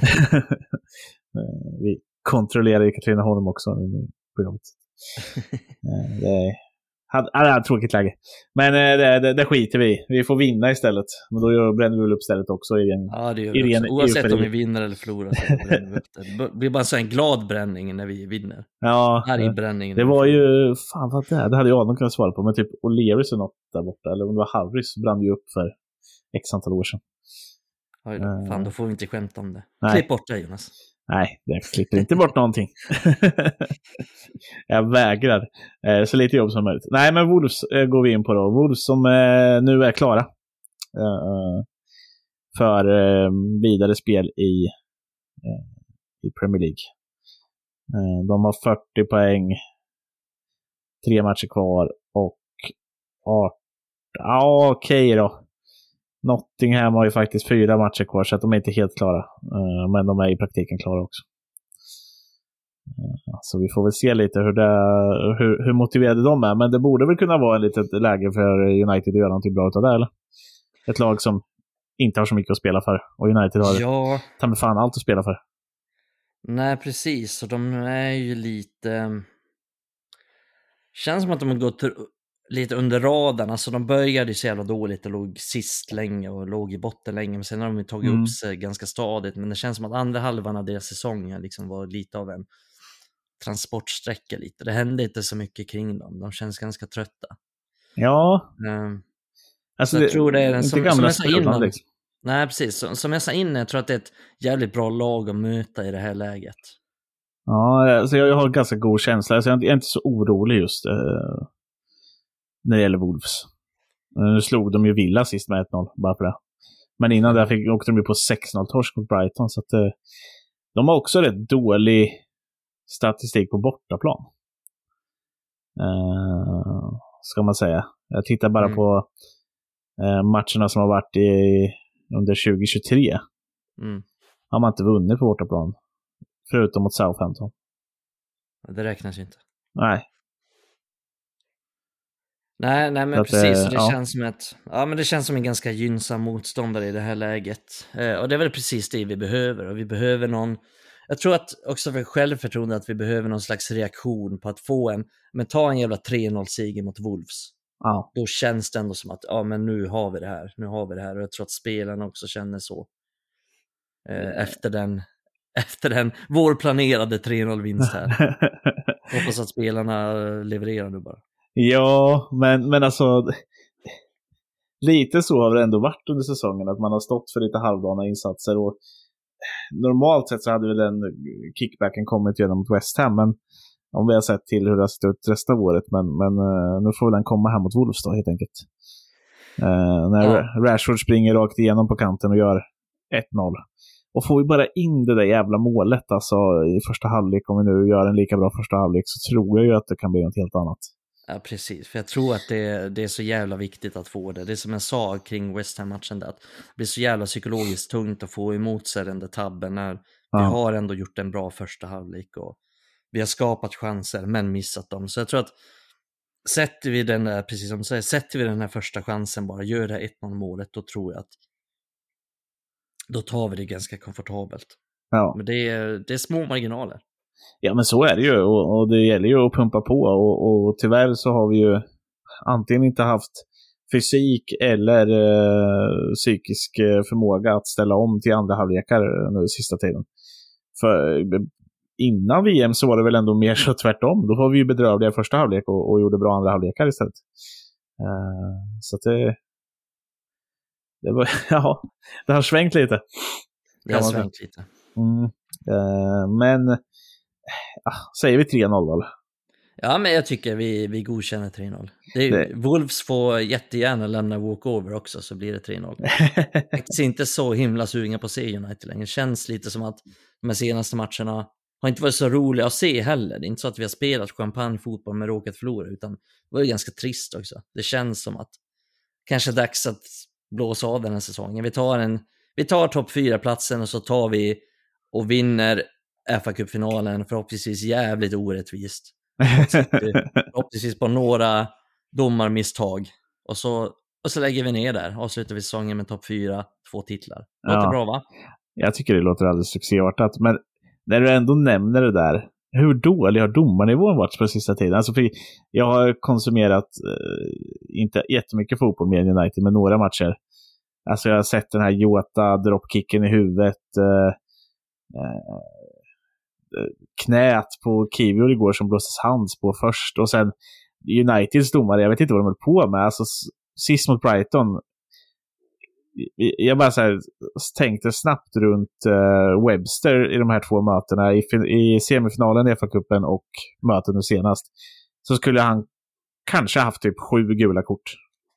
Speaker 2: uh, vi kontrollerar i Katrineholm också på jobbet. Uh, det är hade, hade tråkigt läge. Men uh, det, det, det skiter vi. Vi får vinna istället. Men då gör, bränner vi väl upp stället också. I en,
Speaker 3: ja, det gör vi också. Oavsett om vi vinner eller förlorar så bränner vi upp det. Det blir bara så en glad bränning när vi vinner.
Speaker 2: Ja,
Speaker 3: Arg bränning.
Speaker 2: Det var ju, fan vad det är. Det hade jag nog kunnat svara på. Men typ O'Learys och något där borta. Eller om det var Harrys brann ju upp för x antal år sedan.
Speaker 3: Oj då. Uh, fan, då får vi inte skämta om det.
Speaker 2: Nej.
Speaker 3: Klipp bort det, Jonas.
Speaker 2: Nej, det klipper inte bort någonting. Jag vägrar. Eh, så lite jobb som möjligt. Nej, men Wolves eh, går vi in på då. Wolves som eh, nu är klara eh, för eh, vidare spel i, eh, i Premier League. Eh, de har fyrtio poäng, tre matcher kvar och arton. Ja, okej då. Nottingham har ju faktiskt fyra matcher kvar så att de är inte helt klara. Uh, men de är i praktiken klara också. Uh, så vi får väl se lite hur, det, hur, hur motiverade de är. Men det borde väl kunna vara ett litet läge för United att göra någonting bra utav det, eller? Ett lag som inte har så mycket att spela för. Och United har
Speaker 3: ja.
Speaker 2: ta med fan allt att spela för.
Speaker 3: Nej, precis. Och de är ju lite... Känns som att de har gått lite under radarn. Alltså de började ju så jävla dåligt och låg sist länge och låg i botten länge. Men sen har de ju tagit mm. upp sig ganska stadigt. Men det känns som att andra halvan av deras säsong liksom var lite av en transportsträcka lite. Det hände inte så mycket kring dem. De känns ganska trötta.
Speaker 2: Ja.
Speaker 3: Um,
Speaker 2: alltså
Speaker 3: jag
Speaker 2: det,
Speaker 3: tror det är den som, som jag sa innan.
Speaker 2: Liksom.
Speaker 3: Nej, precis. Som, som jag sa innan, jag tror att det är ett jävligt bra lag att möta i det här läget.
Speaker 2: Ja, alltså jag har ganska god känsla. Alltså jag är inte så orolig just eh, när det gäller Wolves. Nu slog de ju Villa sist med ett noll, bara för det. Men innan där fick, åkte de ju på sex noll-torsk mot Brighton. Så att eh, de har också rätt dålig statistik på bortaplan. Eh, ska man säga. Jag tittar bara mm. på eh, matcherna som har varit i, under tjugo tjugotre.
Speaker 3: Mm.
Speaker 2: Har man inte vunnit på bortaplan. Förutom mot Southampton.
Speaker 3: Det räknas ju inte.
Speaker 2: Nej.
Speaker 3: Nej, nej men att, precis. Det
Speaker 2: ja.
Speaker 3: känns som ett, ja, men det känns som en ganska gynnsam motståndare i det här läget. Eh, och det är väl precis det vi behöver. Och vi behöver någon... Jag tror att också för självförtroende att vi behöver någon slags reaktion på att få en... Men ta en jävla tre noll-seger mot Wolves.
Speaker 2: Ja.
Speaker 3: Då känns det ändå som att ja, men nu har vi det här. Nu har vi det här. Och jag tror att spelarna också känner så. Eh, efter den... Efter den, vår planerade tre noll-vinst här. Hoppas att spelarna levererar nu bara.
Speaker 2: Ja, men, men alltså lite så har det ändå varit under säsongen, att man har stått för lite halvdana insatser, och normalt sett så hade väl den kickbacken kommit genom mot West Ham, men om vi har sett till hur det har stått resten av året, men, men nu får den komma här mot Wolves då helt enkelt. Uh, när ja. Rashford springer rakt igenom på kanten och gör ett noll. Och får vi bara in det där jävla målet alltså i första halvlek, om vi nu gör en lika bra första halvlek, så tror jag ju att det kan bli något helt annat.
Speaker 3: Ja, precis. För jag tror att det, det är så jävla viktigt att få det. Det är som jag sa kring West Ham-matchen där, att det blir så jävla psykologiskt tungt att få emot sig den där tabben när ja. vi har ändå gjort en bra första halvlek och vi har skapat chanser men missat dem. Så jag tror att sätter vi den där, precis som du säger, sätter vi den här första chansen, bara gör det ett noll målet, då tror jag att då tar vi det ganska komfortabelt.
Speaker 2: Ja.
Speaker 3: Men det är, det är små marginaler.
Speaker 2: Ja, men så är det ju. Och, och det gäller ju att pumpa på. Och, och tyvärr så har vi ju antingen inte haft fysik eller eh, psykisk förmåga att ställa om till andra halvlekar nu sista tiden. För innan V M så var det väl ändå mer så tvärtom. Då var vi ju bedrövliga i första halvlek och, och gjorde bra andra halvlekar istället. Uh, så att det... Det var, ja, det har svängt lite.
Speaker 3: Det har svängt lite.
Speaker 2: Mm. Uh, men uh, säger vi tre noll då?
Speaker 3: Ja, men jag tycker vi, vi godkänner tre noll. Det är, det. Wolves får jättegärna lämna walkover också, så blir det tre noll. Jag är inte så himla sugen på att se United längre. Det känns lite som att de här senaste matcherna har inte varit så roliga att se heller. Det är inte så att vi har spelat champagnefotboll med råkat förlora, utan det var ju ganska trist också. Det känns som att kanske dags att blåsa av den här säsongen. Vi tar en vi tar topp fyra platsen och så tar vi och vinner F A Cup-finalen, förhoppningsvis jävligt orättvist. Förhoppningsvis på några domarmisstag. Och så, och så lägger vi ner där. Avslutar vi säsongen med topp fyra, två titlar. Låter ja. Bra, va?
Speaker 2: Jag tycker det låter alldeles succéartat. Men när du ändå nämner det där, hur dålig har domarnivån varit på sista tiden? Alltså för jag har konsumerat eh, inte jättemycket fotboll med United, med några matcher. Alltså jag har sett den här Jota dropkicken i huvudet, eh, eh, knät på Kivior igår som blåses hands på först, och sen Uniteds domare, jag vet inte vad de höll på med. Alltså sist mot Brighton, jag bara så här tänkte snabbt runt uh, Webster i de här två mötena i, i semifinalen i F A-cupen och möten nu senast, så skulle han kanske haft typ sju gula kort.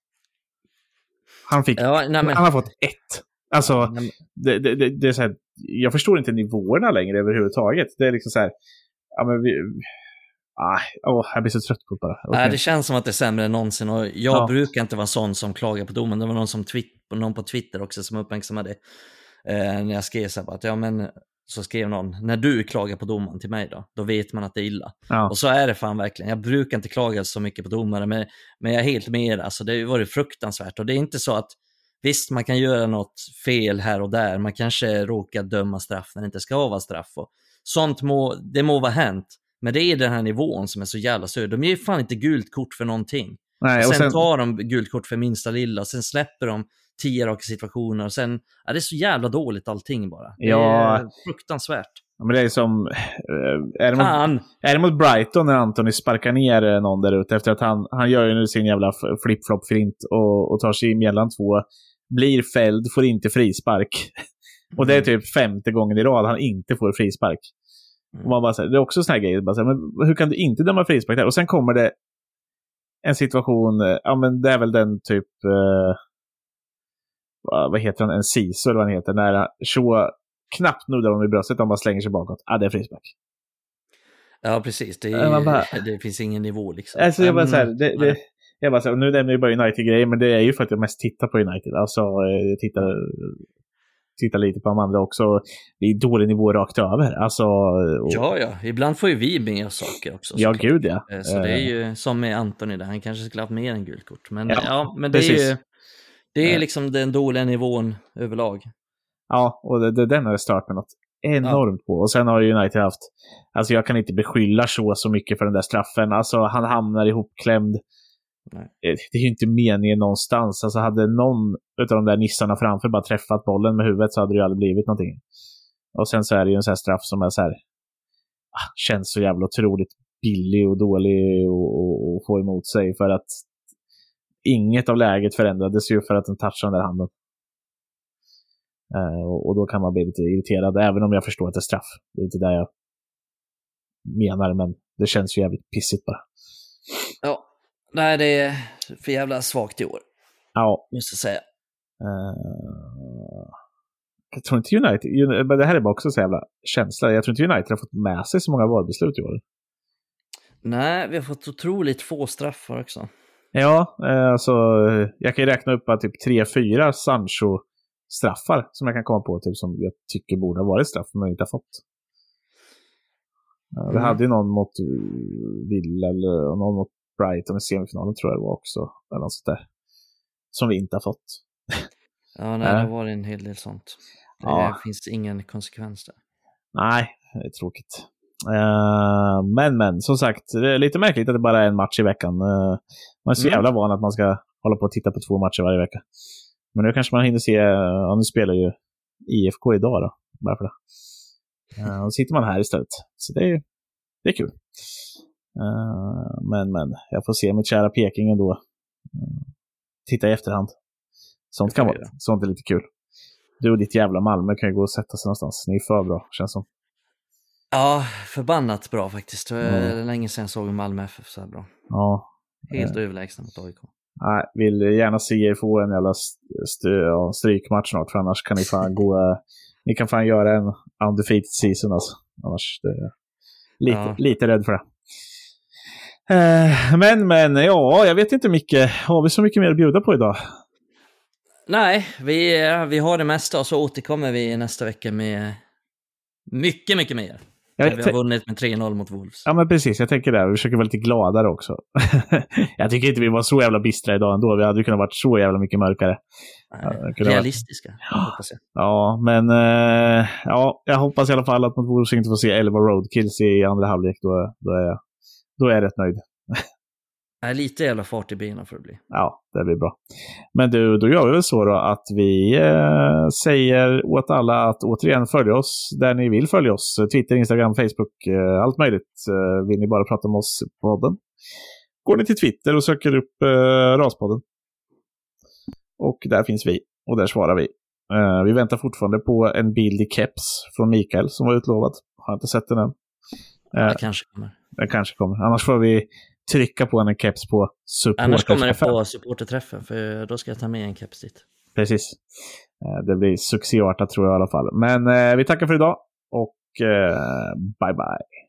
Speaker 2: Han fick
Speaker 3: ja, nej, men...
Speaker 2: han har fått ett. Alltså det, det, det, det är så här, jag förstår inte nivåerna längre överhuvudtaget. Det är liksom så här, ja men vi ah, oh, jag blir så trött på det bara. Okay.
Speaker 3: Nej, det känns som att det är sämre än någonsin, och jag ja. brukar inte vara sån som klagar på domen. Det var någon som twitt- någon på Twitter också som uppmärksammade det eh, när jag skrev så här, att ja men så skrev någon, när du klagar på domaren till mig då, då vet man att det är illa. Ja. Och så är det fan verkligen. Jag brukar inte klaga så mycket på domare, men, men jag är helt med. Alltså det var ju fruktansvärt, och det är inte så att visst, man kan göra något fel här och där. Man kanske råkar döma straff när det inte ska vara straff. Och sånt må, det må vara hänt. Men det är den här nivån som är så jävla stöd. De ger fan inte gult kort för någonting. Nej, och sen, sen tar de gult kort för minsta lilla. Och sen släpper de tio raka situationer. Och sen är det så jävla dåligt allting bara. Det ja. är fruktansvärt.
Speaker 2: Ja, men det är som... Är det, mot, är det mot Brighton när Antoni sparkar ner någon där ute efter att han, han gör ju nu sin jävla flip-flop-frint och, och tar sig emellan två. Blir fälld, får inte frispark. Och det är typ femte gången i rad han inte får frispark. Och man bara säger, det är också såna här grejer. Bara säger, men hur kan du inte döma frispark där? Och sen kommer det en situation, ja men det är väl den typ, eh, vad heter han? En Siso eller vad han heter. När Shaw knappt nuddar honom i bröstet, han bara slänger sig bakåt. Ja, det är frispark.
Speaker 3: Ja, precis. Det, är, bara, det finns ingen nivå liksom.
Speaker 2: Alltså jag bara så här, det, det, jag bara så här, nu nämner jag bara United-grejer, men det är ju för att jag mest tittar på United. Alltså jag tittar, tittar lite på de andra också. Det är dålig nivå rakt över. Alltså, och...
Speaker 3: Ja, ja. Ibland får ju vi med saker också.
Speaker 2: Ja, klart. Gud ja.
Speaker 3: Så det är ju som med Antoni där. Han kanske skulle ha haft mer än gult kort. Men, ja, ja, men det precis. är ju det är liksom den dåliga nivån överlag.
Speaker 2: Ja, och det, det, den har det stört med något enormt ja. på. Och sen har United haft, alltså jag kan inte beskylla så så mycket för den där straffen. Alltså han hamnar ihopklämd. Nej. Det är ju inte meningen någonstans. Alltså hade någon utav de där nissarna framför bara träffat bollen med huvudet så hade det ju aldrig blivit någonting. Och sen så är det ju en sån här straff som är så här, ah, känns så jävla otroligt billig och dålig att få emot sig, för att inget av läget förändrades ju för att den touchade den där handen. Uh, och, och då kan man bli lite irriterad, även om jag förstår att det är straff. Det är inte det jag menar, men det känns ju jävligt pissigt bara.
Speaker 3: Ja. Nej, det är för jävla svagt i år.
Speaker 2: Ja.
Speaker 3: Måste jag säga.
Speaker 2: Uh, jag tror inte United... Men det här är bara också så jävla känsla. Jag tror inte United har fått med sig så många valbeslut i år.
Speaker 3: Nej, vi har fått otroligt få straffar också.
Speaker 2: Ja, alltså... Jag kan ju räkna upp att typ tre fyra Sancho-straffar som jag kan komma på, typ, som jag tycker borde ha varit straff, men inte har fått. Uh, mm. Vi hade ju någon mot Villa eller någon mot Brighton i semifinalen tror jag det var också, eller något sånt där, som vi inte har fått.
Speaker 3: Ja, nej, det var en hel del sånt. Det
Speaker 2: Ja.
Speaker 3: finns ingen konsekvens där.
Speaker 2: Nej, det är tråkigt. Uh, men, men, som sagt, det är lite märkligt att det bara är en match i veckan. Uh, man är så mm. jävla van att man ska hålla på och titta på två matcher varje vecka. Men nu kanske man hinner se, ja, nu spelar ju I F K idag då, varför det? Uh, och sitter man här istället. Så det är, det är kul. Uh, men, men, jag får se mitt kära Peking ändå. Uh, titta i efterhand. Sånt kan vara, sånt är lite kul. Du och ditt jävla Malmö kan ju gå och sätta sig någonstans. Ni är för bra, känns som.
Speaker 3: Ja, förbannat bra faktiskt. Det var
Speaker 2: mm.
Speaker 3: länge sedan jag såg Malmö F F så här bra.
Speaker 2: Ja.
Speaker 3: Helt eh. överlägsna mot A I K.
Speaker 2: Nej, vill gärna se er få en jävla st- st- ja, strykmatch snart, för annars kan ni fan gå... Uh, ni kan fan göra en undefeated season alltså. Annars det är lite, ja. lite rädd för det. Uh, men, men, ja, jag vet inte mycket. Har vi så mycket mer att bjuda på idag?
Speaker 3: Nej, vi, vi har det mesta och så återkommer vi nästa vecka med mycket, mycket mer. Jag vi har vunnit med tre noll mot Wolves.
Speaker 2: Ja, men precis. Jag tänker det. Vi försöker vara lite gladare också. Jag tycker inte vi var så jävla bistra idag ändå. Vi hade kunnat varit så jävla mycket mörkare.
Speaker 3: Nej, realistiska,
Speaker 2: varit...
Speaker 3: hoppas jag.
Speaker 2: Ja, men uh, ja, jag hoppas i alla fall att mot Wolves inte får se elva roadkills i andra halvlek. Då, då, är jag, då är jag rätt nöjd.
Speaker 3: Nej, lite jävla fart i benen för att bli.
Speaker 2: Ja, det blir bra. Men du, då gör vi väl så då att vi eh, säger åt alla att återigen följa oss där ni vill följa oss. Twitter, Instagram, Facebook, eh, allt möjligt. Eh, vill ni bara prata med oss på podden, går ni till Twitter och söker upp eh, Raspodden. Och där finns vi. Och där svarar vi. Eh, vi väntar fortfarande på en bild i keps från Mikael som var utlovad. Har inte sett den än.
Speaker 3: Eh, det kanske kommer.
Speaker 2: Det kanske kommer. Annars får vi trycka på en keps på supporterträffen.
Speaker 3: Annars kommer det på supporterträffen, för då ska jag ta med en keps dit.
Speaker 2: Precis. Det blir succéartat tror jag i alla fall. Men eh, vi tackar för idag och eh, bye bye.